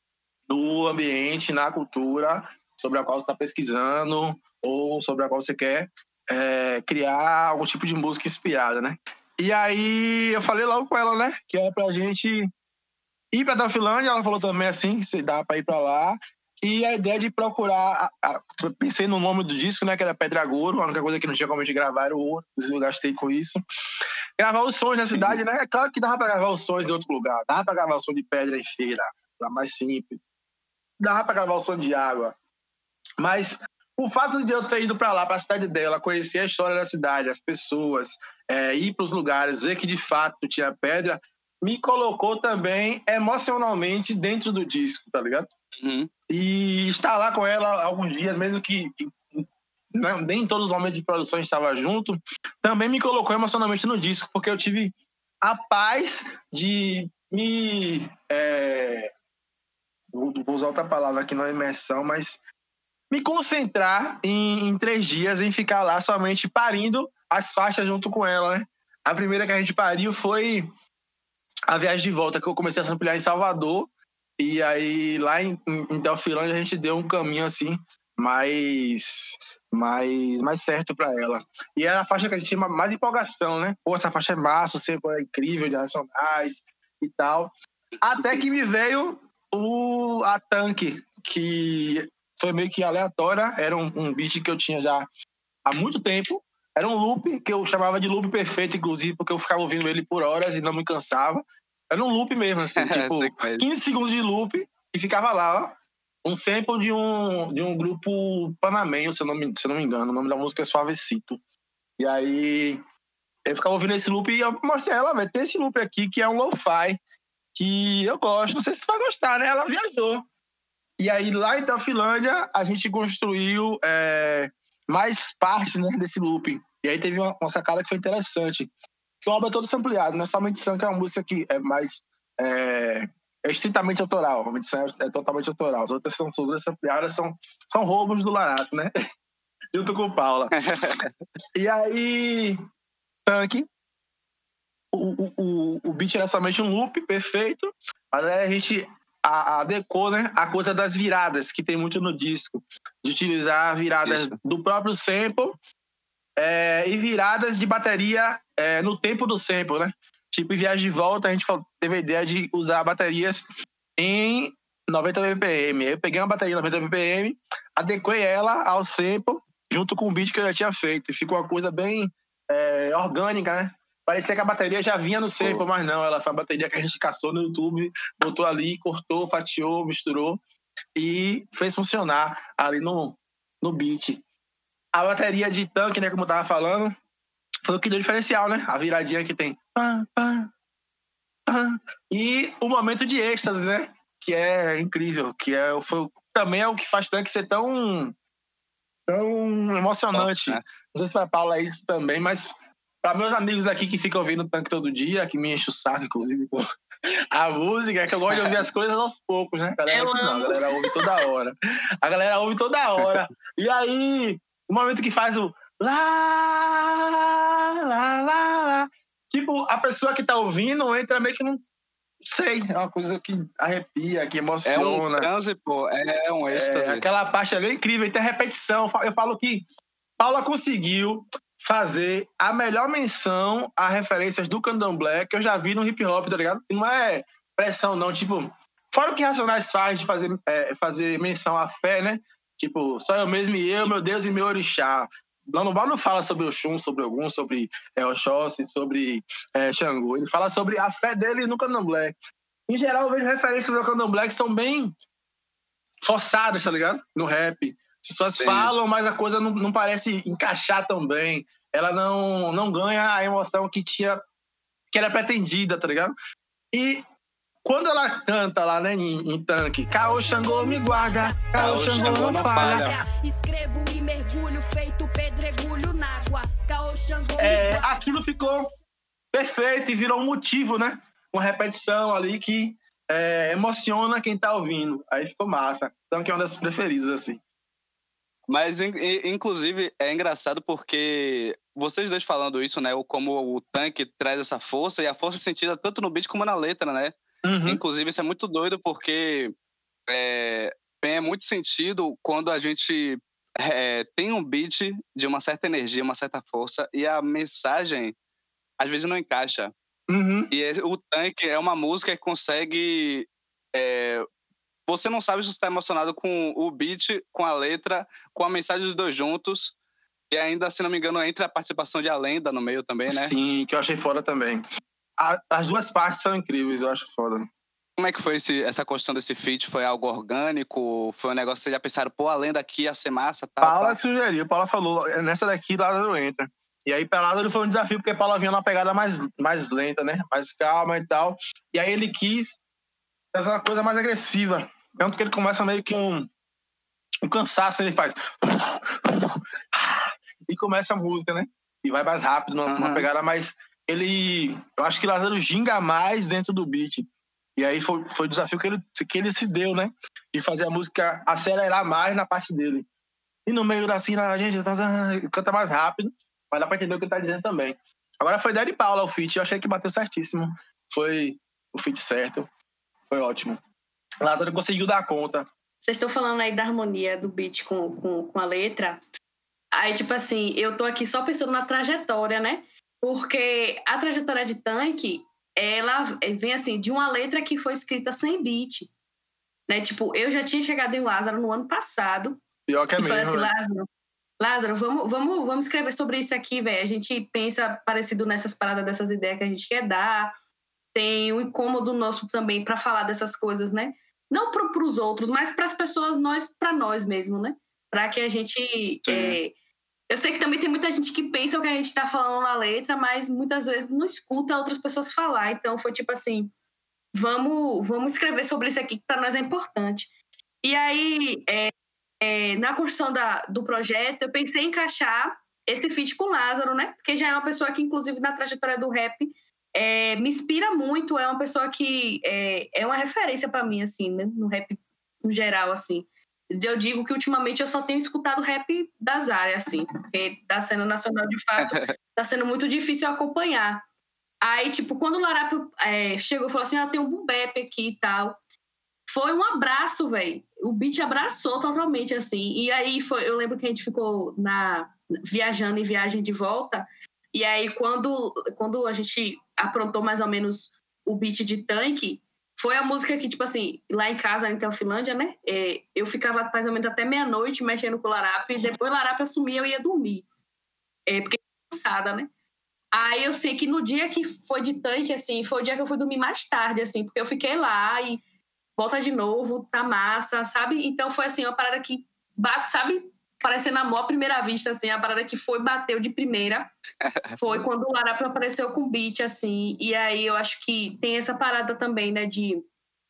no ambiente, na cultura sobre a qual você está pesquisando ou sobre a qual você quer é, criar algum tipo de música inspirada, né? E aí eu falei logo com ela, né? Que era pra gente ir pra Teofilândia. Ela falou também assim, se dá pra ir pra lá. E a ideia de procurar... A, a, pensei no nome do disco, né? Que era Pedragouro. A única coisa que não tinha como a gente gravar era o outro. Eu gastei com isso. Gravar os sons na cidade, né? É claro que dava pra gravar os sons em outro lugar. Dava pra gravar o som de pedra em feira. Era mais simples. Dava pra gravar o som de água. Mas o fato de eu ter ido pra lá, pra cidade dela, conhecer a história da cidade, as pessoas, é, ir pros lugares, ver que de fato tinha pedra, me colocou também emocionalmente dentro do disco, tá ligado? Uhum. E estar lá com ela alguns dias, mesmo que não, nem em todos os momentos de produção a gente estava junto, também me colocou emocionalmente no disco, porque eu tive a paz de me... É, vou usar outra palavra aqui, não é imersão, mas me concentrar em, em três dias, em ficar lá somente parindo as faixas junto com ela, né? A primeira que a gente pariu foi a viagem de volta, que eu comecei a samplear em Salvador, e aí lá em, em Teofilândia a gente deu um caminho assim mais, mais, mais certo para ela. E era a faixa que a gente tinha mais empolgação, né? Pô, essa faixa é massa, o sample é incrível, de Racionais e tal. Até que me veio o, a Tanque, que foi meio que aleatória, era um, um beat que eu tinha já há muito tempo. Era um loop que eu chamava de loop perfeito, inclusive, porque eu ficava ouvindo ele por horas e não me cansava. Era um loop mesmo, assim, tipo, quinze segundos de loop e ficava lá, ó. Um sample de um, de um grupo panamenho, se eu, não me, se eu não me engano. O nome da música é Suavecito. E aí, eu ficava ouvindo esse loop e eu mostrei ela, velho, tem esse loop aqui que é um lo-fi, que eu gosto, não sei se você vai gostar, né? Ela viajou. E aí, lá em Teofilândia, a gente construiu... É... mais partes, né, desse looping. E aí teve uma, uma sacada que foi interessante. Que o álbum é todo sampleado, não é somente Sun, que é uma música que é mais... É, é estritamente autoral. A Medição é, é totalmente autoral. As outras são todas sampleadas, são, são roubos do Larato, né? Junto com o Paula. E aí... Tanque. O, o, o, o beat era somente um loop perfeito, mas aí a gente... adequou, né, a coisa das viradas, que tem muito no disco, de utilizar viradas Isso. do próprio sample é, e viradas de bateria é, no tempo do sample, né? Tipo, em Viagem de Volta, a gente teve a ideia de usar baterias em noventa B P M. Eu peguei uma bateria em noventa B P M, adequei ela ao sample, junto com o beat que eu já tinha feito. E ficou uma coisa bem é, orgânica, né? Parecia que a bateria já vinha no sample, oh. mas não, ela foi a bateria que a gente caçou no YouTube, botou ali, cortou, fatiou, misturou e fez funcionar ali no, no beat. A bateria de Tanque, né, como eu tava falando, foi o que deu diferencial, né? A viradinha que tem. Pam, pam, pam. E o momento de êxtase, né? Que é incrível, que é, foi, também é o que faz Tanque ser tão, tão emocionante. Oh, né? Não sei se vai falar isso também, mas... Para meus amigos aqui que ficam ouvindo Tanque todo dia, que me enche o saco, inclusive, com a música, é que eu gosto de ouvir as coisas aos poucos, né? A galera, não, a galera ouve toda hora. A galera ouve toda hora. E aí, o momento que faz o lá, lá, lá, lá. Tipo, a pessoa que tá ouvindo entra meio que num... Sei, é uma coisa que arrepia, que emociona. É um transe, pô. É um êxtase. É, aquela parte ali é incrível. E tem repetição. Eu falo que Paula conseguiu... fazer a melhor menção a referências do candomblé que eu já vi no hip hop, tá ligado? Não é pressão, não. Tipo, fora o que Racionais faz de fazer, é, fazer menção à fé, né? Tipo, só eu mesmo e eu, meu Deus e meu orixá. Lanoval não fala sobre Oxum, sobre Ogum, sobre é, Oxóssi, sobre é, Xangô. Ele fala sobre a fé dele no candomblé. Em geral, eu vejo referências ao candomblé que são bem forçadas, tá ligado? No rap. As pessoas Sim. falam, mas a coisa não, não parece encaixar tão bem. Ela não, não ganha a emoção que tinha, que era pretendida, tá ligado? E quando ela canta lá, né, em, em Tanque, Caô Xangô me guarda, Caô Xangô não falha. Escrevo e mergulho feito pedregulho na água. Caô Xangô é, aquilo ficou perfeito e virou um motivo, né? Uma repetição ali que é, emociona quem tá ouvindo. Aí ficou massa. Tanque é uma das preferidas, assim. Mas, inclusive, é engraçado porque vocês dois falando isso, né? Como o Tanque traz essa força, e a força sentida tanto no beat como na letra, né? Uhum. Inclusive, isso é muito doido porque é, tem muito sentido quando a gente é, tem um beat de uma certa energia, uma certa força, e a mensagem, às vezes, não encaixa. Uhum. E o Tanque é uma música que consegue... É, você não sabe se você está emocionado com o beat, com a letra, com a mensagem dos dois juntos. E ainda, se não me engano, entra a participação de Alenda no meio também, né? Sim, que eu achei foda também. A, as duas partes são incríveis, eu acho foda. Como é que foi esse, essa construção desse feat? Foi algo orgânico? Foi um negócio que vocês já pensaram, pô, a Alenda aqui ia ser massa? Tal, Paula tal. que sugeriu, Paula falou, nessa daqui Lázaro entra. E aí pra Lázaro foi um desafio, porque Paula vinha numa pegada mais, mais lenta, né? Mais calma e tal. E aí ele quis fazer uma coisa mais agressiva. Tanto que ele começa meio que um, um cansaço, ele faz... E começa a música, né? E vai mais rápido, numa, uhum. numa pegada mais... Ele... Eu acho que Lázaro ginga mais dentro do beat. E aí foi, foi o desafio que ele, que ele se deu, né? De fazer a música acelerar mais na parte dele. E no meio da cena, a gente canta mais rápido, mas dá pra entender o que ele tá dizendo também. Agora foi Daddy Paula o feat, eu achei que bateu certíssimo. Foi o feat certo. Foi ótimo. Lázaro conseguiu dar conta. Vocês estão falando aí da harmonia do beat com, com, com a letra. Aí, tipo assim, eu tô aqui só pensando na trajetória, né? Porque a trajetória de Tanque, ela vem assim, de uma letra que foi escrita sem beat. né? Tipo, eu já tinha chegado em Lázaro no ano passado. Pior que é e mesmo, falei assim, né? Lázaro, Lázaro, vamos, vamos, vamos escrever sobre isso aqui, velho. A gente pensa parecido nessas paradas, dessas ideias que a gente quer dar. Tem o incômodo nosso também para falar dessas coisas, né? Não para os outros, mas para as pessoas, nós, para nós mesmo, né? Para que a gente... É... Eu sei que também tem muita gente que pensa o que a gente está falando na letra, mas muitas vezes não escuta outras pessoas falar. Então foi tipo assim, vamos, vamos escrever sobre isso aqui, que para nós é importante. E aí, é, é, na construção da, do projeto, eu pensei em encaixar esse feat com o Lázaro, né? Porque já é uma pessoa que, inclusive, na trajetória do rap, é, me inspira muito. É uma pessoa que é, é uma referência para mim, assim, né? No rap no geral, assim. Eu digo que, ultimamente, eu só tenho escutado rap das áreas, assim. Porque da cena nacional, de fato, tá sendo muito difícil acompanhar. Aí, tipo, quando o Larápio é, chegou e falou assim, ah, tem um boom bap aqui e tal... Foi um abraço, velho. O beat abraçou totalmente, assim. E aí, foi, eu lembro que a gente ficou na, viajando em viagem de volta. E aí, quando, quando a gente aprontou mais ou menos o beat de Tanque, foi a música que, tipo assim, lá em casa, em Teofilândia, né? É, eu ficava mais ou menos até meia-noite mexendo com o Larápio. E depois o Larápio assumia, eu ia dormir. É, porque eu estava cansada, né? Aí eu sei que no dia que foi de Tanque, assim, foi o dia que eu fui dormir mais tarde, assim. Porque eu fiquei lá e... volta de novo, tá massa, sabe? Então foi assim, uma parada que bate, sabe? Parecendo amor à primeira vista, assim, a parada que foi, bateu de primeira. Foi quando o Larápio apareceu com o beat, assim, e aí eu acho que tem essa parada também, né, de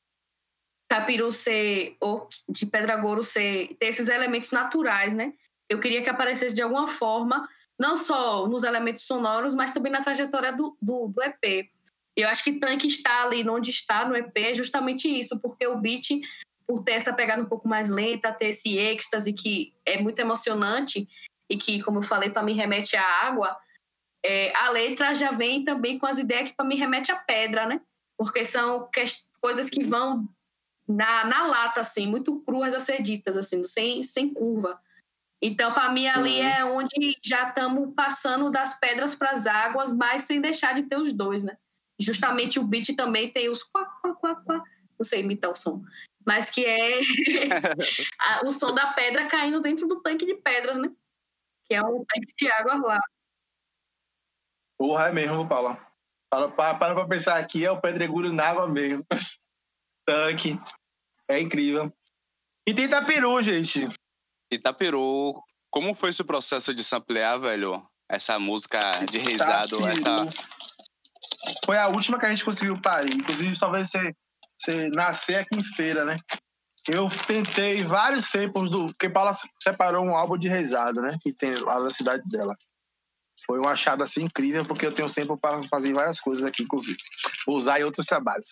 Capiru ser, ou de Pedragoro ser, ter esses elementos naturais, né? Eu queria que aparecesse de alguma forma, não só nos elementos sonoros, mas também na trajetória do, do, do E P. Eu acho que Tanque está ali onde está no E P é justamente isso, porque o beat, por ter essa pegada um pouco mais lenta, ter esse êxtase que é muito emocionante e que, como eu falei, para mim remete à água, é, a letra já vem também com as ideias que para mim remete à pedra, né? Porque são que, coisas que vão na, na lata, assim, muito cruas a ser ditas, assim, sem, sem curva. Então, para mim, ali uhum. é onde já estamos passando das pedras para as águas, mas sem deixar de ter os dois, né? Justamente o beat também tem os quá, quá, quá, quá. Não sei imitar o som, mas que é o som da pedra caindo dentro do tanque de pedras, né? Que é um tanque de água lá. Porra, é mesmo, Paula. Para, para, para pra pensar aqui, é o pedregulho na água mesmo. Tanque. É incrível. E tem Itaperu, gente. Itaperu. Como foi esse processo de samplear, velho? Essa música de reisado, essa... Foi a última que a gente conseguiu parir. Inclusive, só veio você, você nascer aqui em feira, né? Eu tentei vários samples do... Porque Paula separou um álbum de reisado, né? Que tem lá na cidade dela. Foi um achado, assim, incrível, porque eu tenho sample para fazer várias coisas aqui, inclusive. Vou usar em outros trabalhos.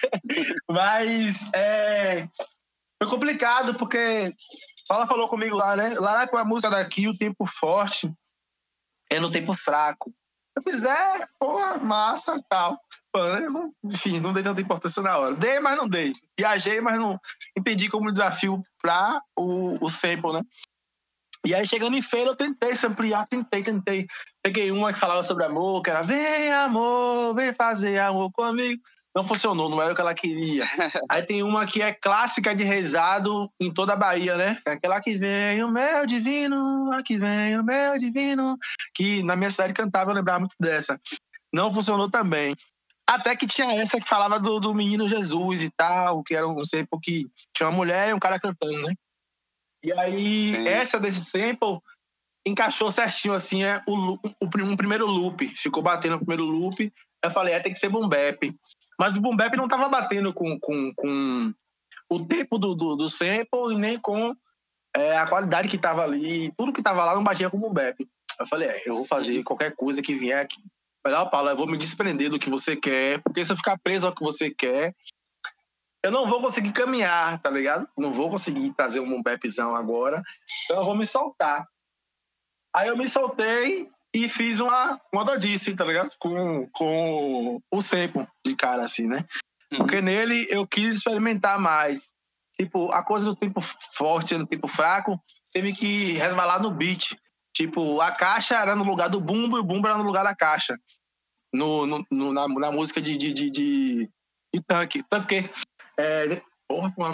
Mas, é... Foi complicado, porque... Paula falou comigo lá, né? Lá é a música daqui, o tempo forte é no tempo fraco. Eu fiz, é, porra, massa e tal. Não, enfim, não dei tanta importância na hora. Dei, mas não dei. Viajei, mas não entendi como desafio para o, o sample, né? E aí, chegando em feira, eu tentei samplear, tentei, tentei. Peguei uma que falava sobre amor, que era vem, amor, vem fazer amor comigo. Não funcionou, não era o que ela queria. Aí tem uma que é clássica de reisado em toda a Bahia, né? Aquela que vem o meu divino, aqui vem o meu divino. Que na minha cidade cantava, eu lembrava muito dessa. Não funcionou também. Até que tinha essa que falava do, do menino Jesus e tal, que era um sample que tinha uma mulher e um cara cantando, né? E aí, Sim. essa desse sample encaixou certinho, assim, é o, o, um primeiro loop. Ficou batendo o primeiro loop. Eu falei, é, tem que ser boom bap. Mas o boom bap não tava batendo com, com, com o tempo do, do, do sample e nem com é, a qualidade que tava ali. Tudo que tava lá não batia com o boom bap. Eu falei, é, eu vou fazer qualquer coisa que vier aqui. Eu falei, ó, Paula, eu vou me desprender do que você quer, porque se eu ficar preso ao que você quer, eu não vou conseguir caminhar, tá ligado? Não vou conseguir trazer um boom bapzão agora, então eu vou me soltar. Aí eu me soltei e fiz uma, uma dodice, tá ligado? Com, com o sample de cara, assim, né? Uhum. Porque nele eu quis experimentar mais. Tipo, a coisa do tempo forte sendo tempo fraco, teve que resvalar no beat. Tipo, a caixa era no lugar do bumbo e o bumbo era no lugar da caixa. No, no, no, na, na música de, de, de, de, de tanque. Tanque, é, porra, qual é o nome dela?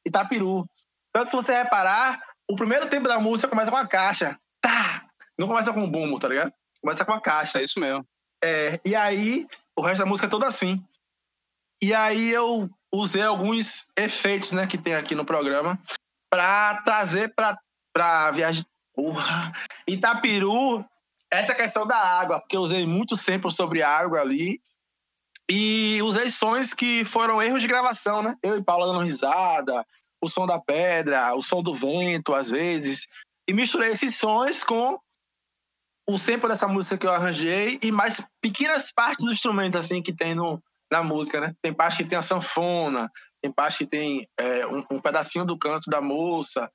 Itapiru. Tanto se você reparar, o primeiro tempo da música começa com a caixa. Tá! Não começa com o bumbo, tá ligado? Começa com a caixa. É isso mesmo. É, e aí, o resto da música é todo assim. E aí eu usei alguns efeitos, né, que tem aqui no programa para trazer para para viagem. Porra! Itapiru, essa questão da água, porque eu usei muito sempre sobre água ali. E usei sons que foram erros de gravação, né? Eu e Paula dando risada, o som da pedra, o som do vento, às vezes. E misturei esses sons com o sample dessa música que eu arranjei e mais pequenas partes do instrumento, assim, que tem no, na música, né? Tem parte que tem a sanfona, tem parte que tem é, um, um pedacinho do canto da moça.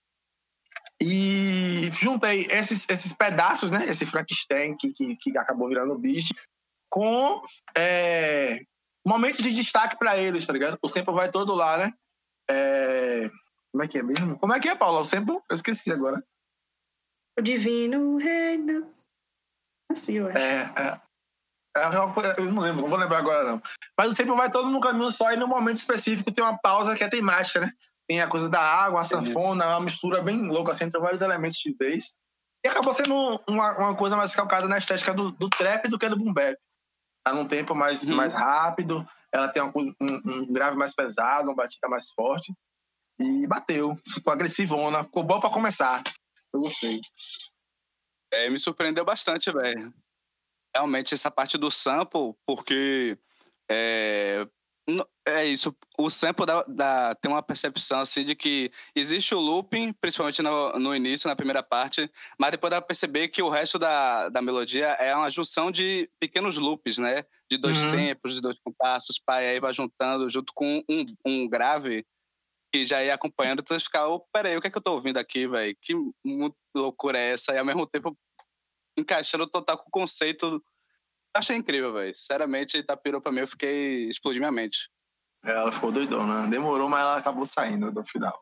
E juntei esses, esses pedaços, né? Esse Frankenstein que, que, que acabou virando o bicho, com é, momentos de destaque para eles, tá ligado? O sample vai todo lá, né? É... Como é que é mesmo? Como é que é, Paula? O sample? Eu esqueci agora. O divino reino. Assim, eu acho. É, é. Eu não lembro, não vou lembrar agora, não. Mas o sample vai todo num caminho só e num momento específico tem uma pausa que é temática, né? Tem a coisa da água, a sanfona, uma mistura bem louca, assim, entre vários elementos de vez. E acabou sendo uma, uma coisa mais calcada na estética do, do trap do que do boom bap. Tá num tempo mais, uhum. mais rápido, ela tem uma, um, um grave mais pesado, uma batida mais forte. E bateu, ficou agressivona, ficou bom pra começar. Eu gostei. É, me surpreendeu bastante, velho. Realmente, essa parte do sample, porque é, é isso, o sample dá, dá, tem uma percepção assim de que existe o looping, principalmente no, no início, na primeira parte, mas depois dá pra perceber que o resto da, da melodia é uma junção de pequenos loops, né? De dois uhum. tempos, de dois compassos, pai, aí vai juntando junto com um, um grave que já ia acompanhando, então você fica, oh, peraí, o que é que eu tô ouvindo aqui, velho? Que loucura é essa? E ao mesmo tempo encaixando total com o conceito. Achei incrível, velho. Sinceramente, Itapiru pra mim, eu fiquei... explodiu minha mente. Ela ficou doidona. Demorou, mas ela acabou saindo no final.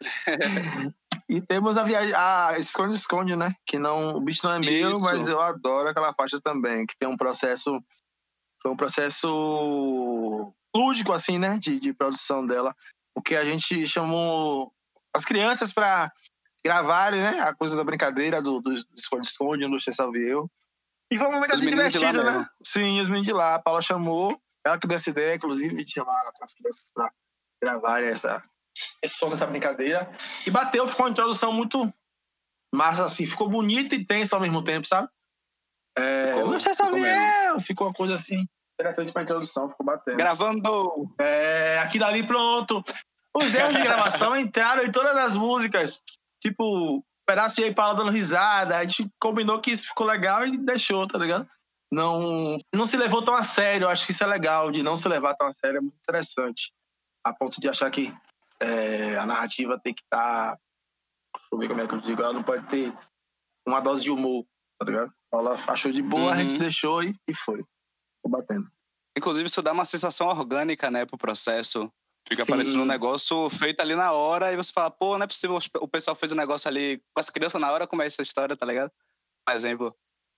E temos a viagem... Ah, Esconde, Esconde, né? Que não... O bicho não é meu, Isso. mas eu adoro aquela faixa também, que tem um processo... Foi um processo lúdico, assim, né? De, de produção dela. Porque a gente chamou as crianças pra gravarem, né? A coisa da brincadeira do, do Esconde, Esconde, no Você Salve Eu. E foi um momento assim divertido, né? Mesmo. Sim, os meninos de lá. A Paula chamou, ela que deu essa ideia, inclusive, de chamar as crianças pra gravarem essa, esse som dessa brincadeira. E bateu, ficou uma introdução muito massa, assim. Ficou bonito e tenso ao mesmo tempo, sabe? É, ficou, Você Salve Eu! Ficou uma coisa assim, interessante pra introdução, ficou batendo. Gravando! É, aqui dali, pronto. Os erros de gravação entraram em todas as músicas. Tipo... pedaço de aí Paula dando risada, a gente combinou que isso ficou legal e deixou, tá ligado? Não, não se levou tão a sério, eu acho que isso é legal, de não se levar tão a sério, é muito interessante. A ponto de achar que é, a narrativa tem que estar... Tá, deixa eu ver como é que eu digo, ela não pode ter uma dose de humor, tá ligado? Ela achou de boa, uhum. a gente deixou e, e foi. Ficou batendo. Inclusive, isso dá uma sensação orgânica, né, pro processo. Fica Sim. parecendo um negócio feito ali na hora e você fala, pô, não é possível, o pessoal fez um negócio ali com as crianças na hora, como é essa história, tá ligado? Por exemplo.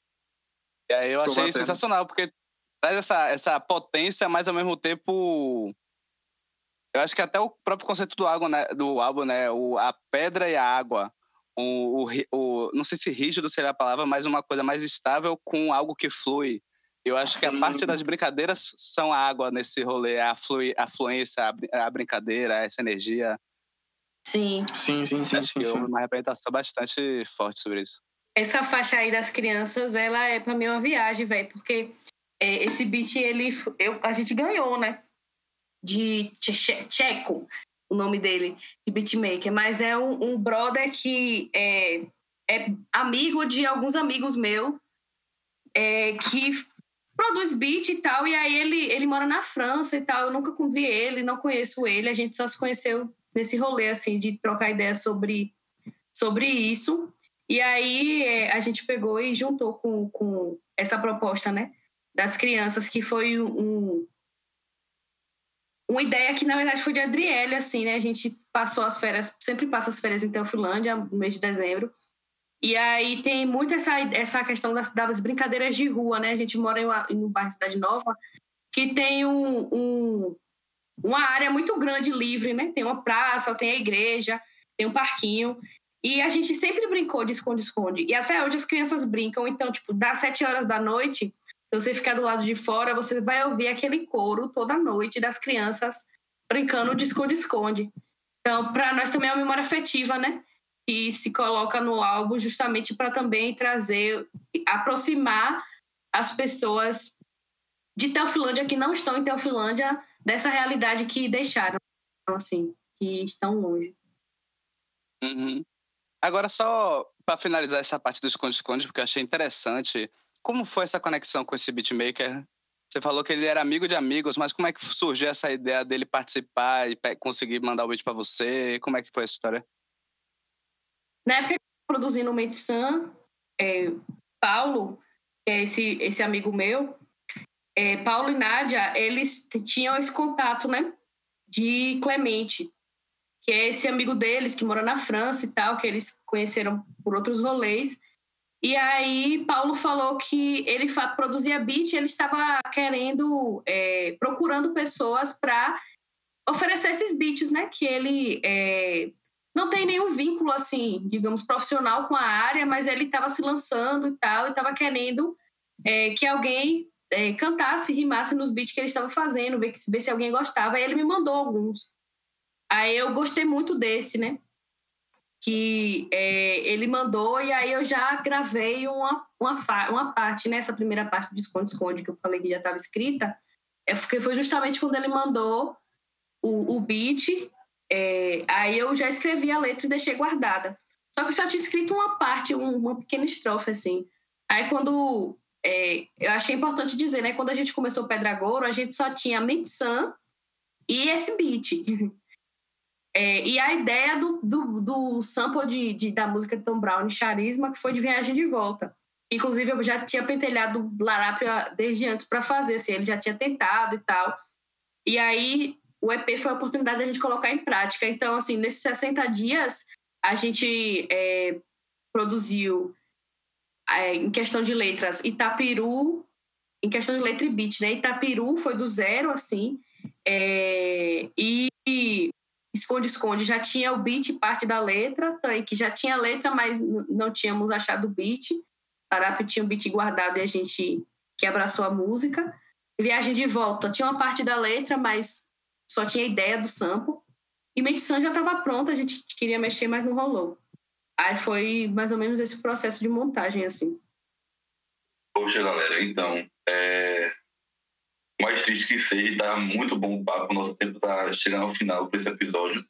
E aí eu achei sensacional, porque traz essa, essa potência, mas ao mesmo tempo... Eu acho que até o próprio conceito do, água, né, do álbum, né? O, a pedra e a água. O, o, o, não sei se rígido seria a palavra, mas uma coisa mais estável com algo que flui. Eu acho Sim. que a parte das brincadeiras são a água nesse rolê, a, flui, a fluência, a, a brincadeira, essa energia. Sim. Sim, sim, sim. Acho sim, que sim. houve uma representação bastante forte sobre isso. Essa faixa aí das crianças, ela é pra mim uma viagem, velho, porque é, esse beat, ele, eu, a gente ganhou, né? De Tcheco, o nome dele, de beatmaker, mas é um, um brother que é, é amigo de alguns amigos meus, é, que produz beat e tal, e aí ele, ele mora na França e tal, eu nunca vi ele, não conheço ele, a gente só se conheceu nesse rolê, assim, de trocar ideia sobre, sobre isso, e aí é, a gente pegou e juntou com, com essa proposta, né, das crianças, que foi um, uma ideia que, na verdade, foi de Adriele, assim, né, a gente passou as férias, sempre passa as férias em Teofilândia, no mês de dezembro. E aí tem muito essa, essa questão das, das brincadeiras de rua, né? A gente mora em, uma, em um bairro Cidade Nova que tem um, um, uma área muito grande, livre, né? Tem uma praça, tem a igreja, tem um parquinho. E a gente sempre brincou de esconde-esconde. E até hoje as crianças brincam. Então, tipo, das sete horas da noite, se você ficar do lado de fora, você vai ouvir aquele coro toda noite das crianças brincando de esconde-esconde. Então, para nós também é uma memória afetiva, né? Que se coloca no álbum justamente para também trazer, aproximar as pessoas de Teofilândia que não estão em Teofilândia dessa realidade que deixaram, assim, que estão longe. Uhum. Agora, só para finalizar essa parte do esconde-esconde, porque eu achei interessante, como foi essa conexão com esse beatmaker? Você falou que ele era amigo de amigos, mas como é que surgiu essa ideia dele participar e conseguir mandar o beat para você? Como é que foi essa história? Na época que eu estava produzindo o Medicine, é, Paulo, que é esse, esse amigo meu, é, Paulo e Nádia, eles tinham esse contato, né, de Clemente, que é esse amigo deles que mora na França e tal, que eles conheceram por outros rolês. E aí Paulo falou que ele produzia beat e ele estava querendo, é, procurando pessoas para oferecer esses beats, né, que ele é, não tem nenhum vínculo, assim, digamos, profissional com a área, mas ele estava se lançando e tal, e estava querendo é, que alguém é, cantasse, rimasse nos beats que ele estava fazendo, ver, ver se alguém gostava. Aí ele me mandou alguns. Aí eu gostei muito desse, né? Que é, ele mandou, e aí eu já gravei uma, uma, uma parte, né? Essa primeira parte de Esconde-Esconde, que eu falei que já estava escrita, é porque foi justamente quando ele mandou o, o beat, é, aí eu já escrevi a letra e deixei guardada. Só que eu só tinha escrito uma parte, um, uma pequena estrofe, assim. Aí quando... É, eu achei importante dizer, né? Quando a gente começou o Pedragouro, a gente só tinha Medicine e esse beat. É, e a ideia do, do, do sample de, de, da música de Tom Brown, Charisma, que foi de Viagem de Volta. Inclusive, eu já tinha pentelhado o Larápio desde antes para fazer, assim, ele já tinha tentado e tal. E aí, o E P foi a oportunidade da gente colocar em prática. Então, assim, nesses sessenta dias, a gente é, produziu, é, em questão de letras, Itapiru, em questão de letra e beat, né? Itapiru foi do zero, assim, é, e Esconde-Esconde já tinha o beat e parte da letra, que já tinha letra, mas não tínhamos achado o beat. Larápio tinha o beat guardado e a gente que abraçou a música. Viagem de Volta tinha uma parte da letra, mas só tinha a ideia do sample. E Medicine já estava pronta, a gente queria mexer, mas não rolou. Aí foi mais ou menos esse processo de montagem, assim. Poxa, galera, então, é... mais triste que seja, tá muito bom o papo, nosso tempo tá chegando ao final para esse episódio.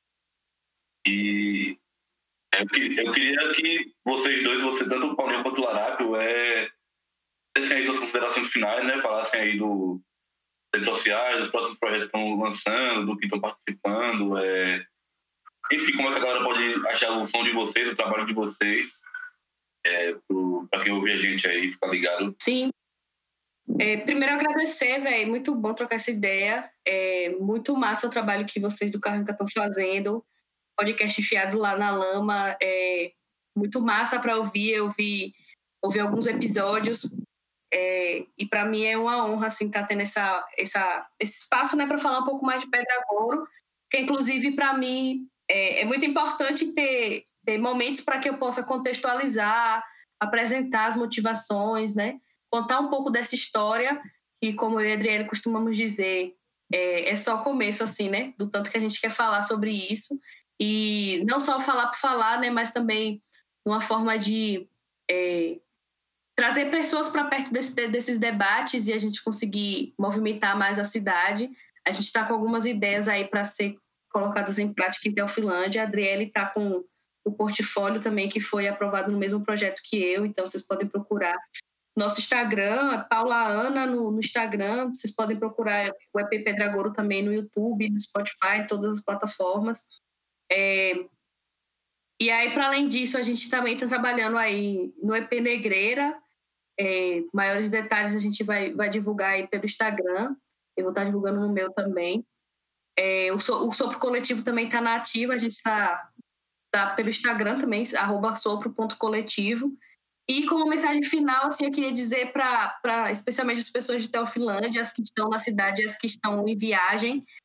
E eu, eu queria que vocês dois, você, tanto o Paulinho quanto o Larápio, é, dessem aí suas considerações finais, né? Falassem aí do redes sociais, dos próximos projetos que estão lançando, do que estão participando. É... Enfim, como é que a galera pode achar o som de vocês, o trabalho de vocês, é, para quem ouvir a gente aí, ficar ligado. Sim. É, primeiro, agradecer, velho. Muito bom trocar essa ideia. É muito massa o trabalho que vocês do Carranca estão fazendo. Podcast Enfiados lá na Lama. É muito massa para ouvir. Eu vi, ouvi alguns episódios. É, e para mim é uma honra assim, estar tá tendo essa, essa, esse espaço, né, para falar um pouco mais de Pedragouro. Que, inclusive, para mim é, é muito importante ter, ter momentos para que eu possa contextualizar, apresentar as motivações, né? Contar um pouco dessa história, que, como eu e a Adriele costumamos dizer, é, é só o começo, assim, né? Do tanto que a gente quer falar sobre isso. E não só falar por falar, né? Mas também uma forma de é, trazer pessoas para perto desse, desses debates e a gente conseguir movimentar mais a cidade. A gente está com algumas ideias aí para ser colocadas em prática em Teofilândia. A Adriele está com o portfólio também, que foi aprovado no mesmo projeto que eu, então vocês podem procurar nosso Instagram, Paula Ana no, no Instagram, vocês podem procurar o E P Pedragouro também no YouTube, no Spotify, todas as plataformas. É, e aí, para além disso, a gente também está trabalhando aí no E P Negreira. É, maiores detalhes a gente vai, vai divulgar aí pelo Instagram. Eu vou estar divulgando no meu também. É, o, so, o Sopro Coletivo também está na ativa, a gente está tá pelo Instagram também, arroba sopro ponto coletivo. E como mensagem final, assim, eu queria dizer para especialmente as pessoas de Teofilândia, as que estão na cidade e as que estão em viagem,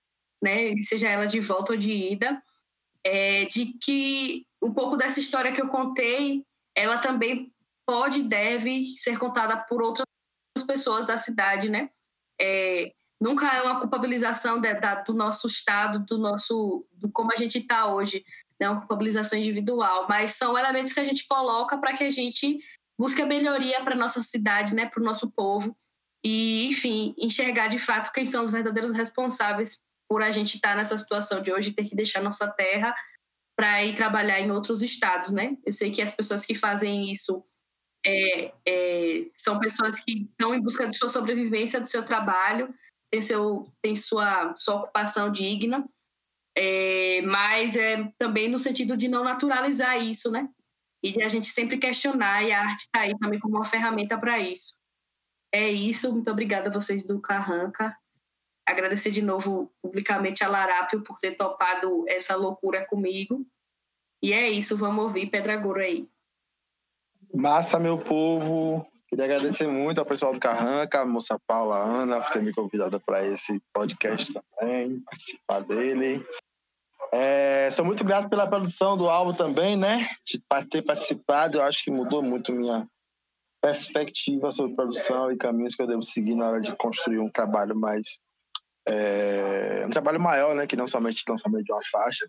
né, seja ela de volta ou de ida, é, de que um pouco dessa história que eu contei, ela também pode e deve ser contada por outras pessoas da cidade, né? É, nunca é uma culpabilização de, da, do nosso estado, do nosso, do como a gente está hoje, né? Uma culpabilização individual, mas são elementos que a gente coloca para que a gente busque a melhoria para nossa cidade, né? Para o nosso povo e, enfim, enxergar de fato quem são os verdadeiros responsáveis por a gente estar tá nessa situação de hoje, ter que deixar nossa terra para ir trabalhar em outros estados, né? Eu sei que as pessoas que fazem isso É, é, são pessoas que estão em busca de sua sobrevivência, do seu trabalho, tem, seu, tem sua, sua ocupação digna, é, mas é também no sentido de não naturalizar isso, né? E de a gente sempre questionar, e a arte está aí também como uma ferramenta para isso. É isso, muito obrigada a vocês do Carranca. Agradecer de novo publicamente a Larápio por ter topado essa loucura comigo. E é isso, vamos ouvir Pedragouro aí. Massa, meu povo. Queria agradecer muito ao pessoal do Carranca, a moça Paula, a Ana, por ter me convidado para esse podcast também, participar dele. É, sou muito grato pela produção do álbum também, né? De ter participado, eu acho que mudou muito minha perspectiva sobre produção e caminhos que eu devo seguir na hora de construir um trabalho mais... É, um trabalho maior, né? Que não somente o lançamento de uma faixa.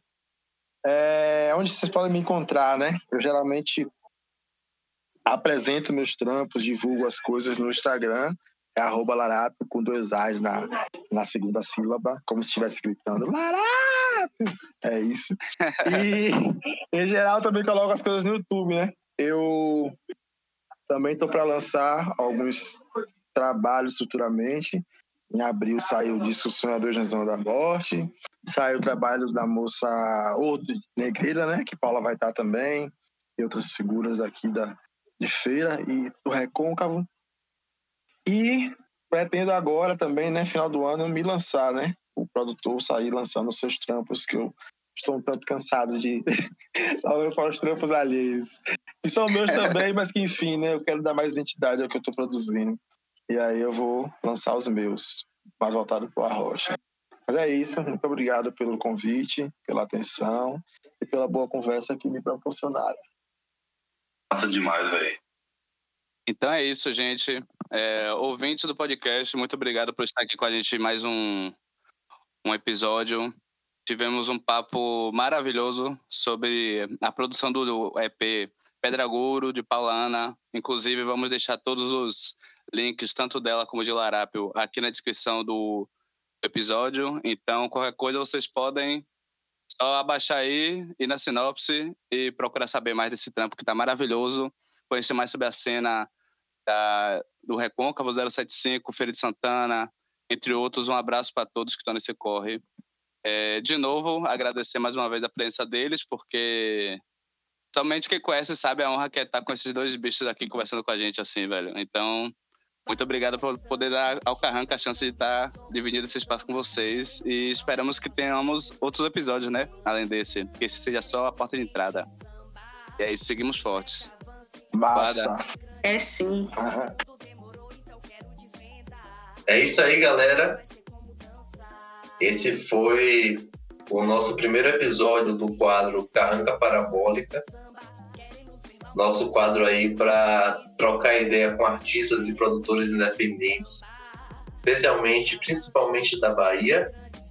É, onde vocês podem me encontrar, né? Eu geralmente... apresento meus trampos, divulgo as coisas no Instagram, é arroba Larápio, com dois A's na, na segunda sílaba, como se estivesse gritando, Larápio! É isso. E, em geral, também coloco as coisas no YouTube, né? Eu também estou para lançar alguns trabalhos futuramente. Em abril saiu o disco Sonhadores na Zona da Morte, saiu o trabalho da moça outro Negreira, né? Que Paula vai estar também, e outras figuras aqui da de Feira e do Recôncavo. E pretendo agora também, né, final do ano, me lançar, né? O produtor sair lançando os seus trampos, que eu estou um tanto cansado de salvar fora os trampos alheios. Que são meus também, mas que, enfim, né, eu quero dar mais identidade ao que eu estou produzindo. E aí eu vou lançar os meus, mais voltado para o Arrocha. Mas é isso, muito obrigado pelo convite, pela atenção e pela boa conversa que me proporcionaram. Massa demais, velho. Então é isso, gente. É, ouvintes do podcast, muito obrigado por estar aqui com a gente em mais um, um episódio. Tivemos um papo maravilhoso sobre a produção do E P Pedragouro, de Paula Ana. Inclusive, vamos deixar todos os links, tanto dela como de Larápio, aqui na descrição do episódio. Então, qualquer coisa, vocês podem só abaixar aí, ir na sinopse e procurar saber mais desse trampo que está maravilhoso. Conhecer mais sobre a cena da, do Recôncavo, zero sete cinco, Feira de Santana, entre outros. Um abraço para todos que estão nesse corre. É, de novo, agradecer mais uma vez a presença deles, porque somente quem conhece sabe a honra que é estar com esses dois bichos aqui conversando com a gente assim, velho. Então, muito obrigado por poder dar ao Carranca a chance de estar dividindo esse espaço com vocês. E esperamos que tenhamos outros episódios, né? Além desse. Que esse seja só a porta de entrada. E é isso, seguimos fortes. Massa. É sim. É isso aí, galera. Esse foi o nosso primeiro episódio do quadro Carranca Parabólica. Nosso quadro aí para trocar ideia com artistas e produtores independentes, especialmente, principalmente da Bahia.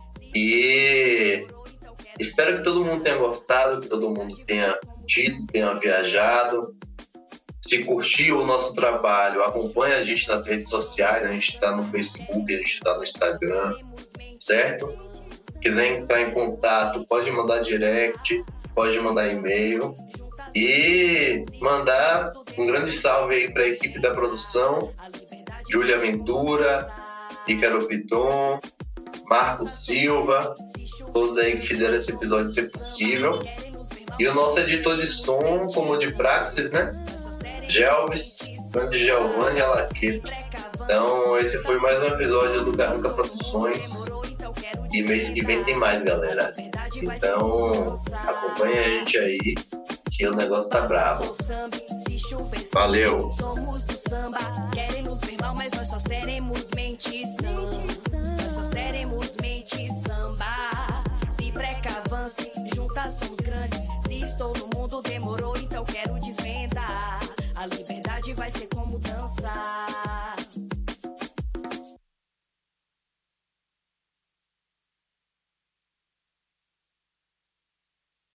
E espero que todo mundo tenha gostado, que todo mundo tenha tido, tenha viajado. Se curtiu o nosso trabalho, acompanha a gente nas redes sociais. A gente está no Facebook, a gente está no Instagram, certo? Quiser entrar em contato, pode mandar direct, pode mandar e-mail. E mandar um grande salve aí para a equipe da produção, Júlia Ventura, Ícaro Piton, Marco Silva, todos aí que fizeram esse episódio ser possível. E o nosso editor de som, como de praxis, né? Gelvis, grande Giovanni Alaqueto. Então, esse foi mais um episódio do Carranca Produções. E mês que vem tem mais, galera. Então, acompanha a gente aí, que o negócio tá bravo. Valeu! Somos do samba, querem nos ver mal, mas nós só seremos mente samba. Nós só seremos mente samba. grandes. Se estou no mundo, demorou, então quero desvendar a liberdade.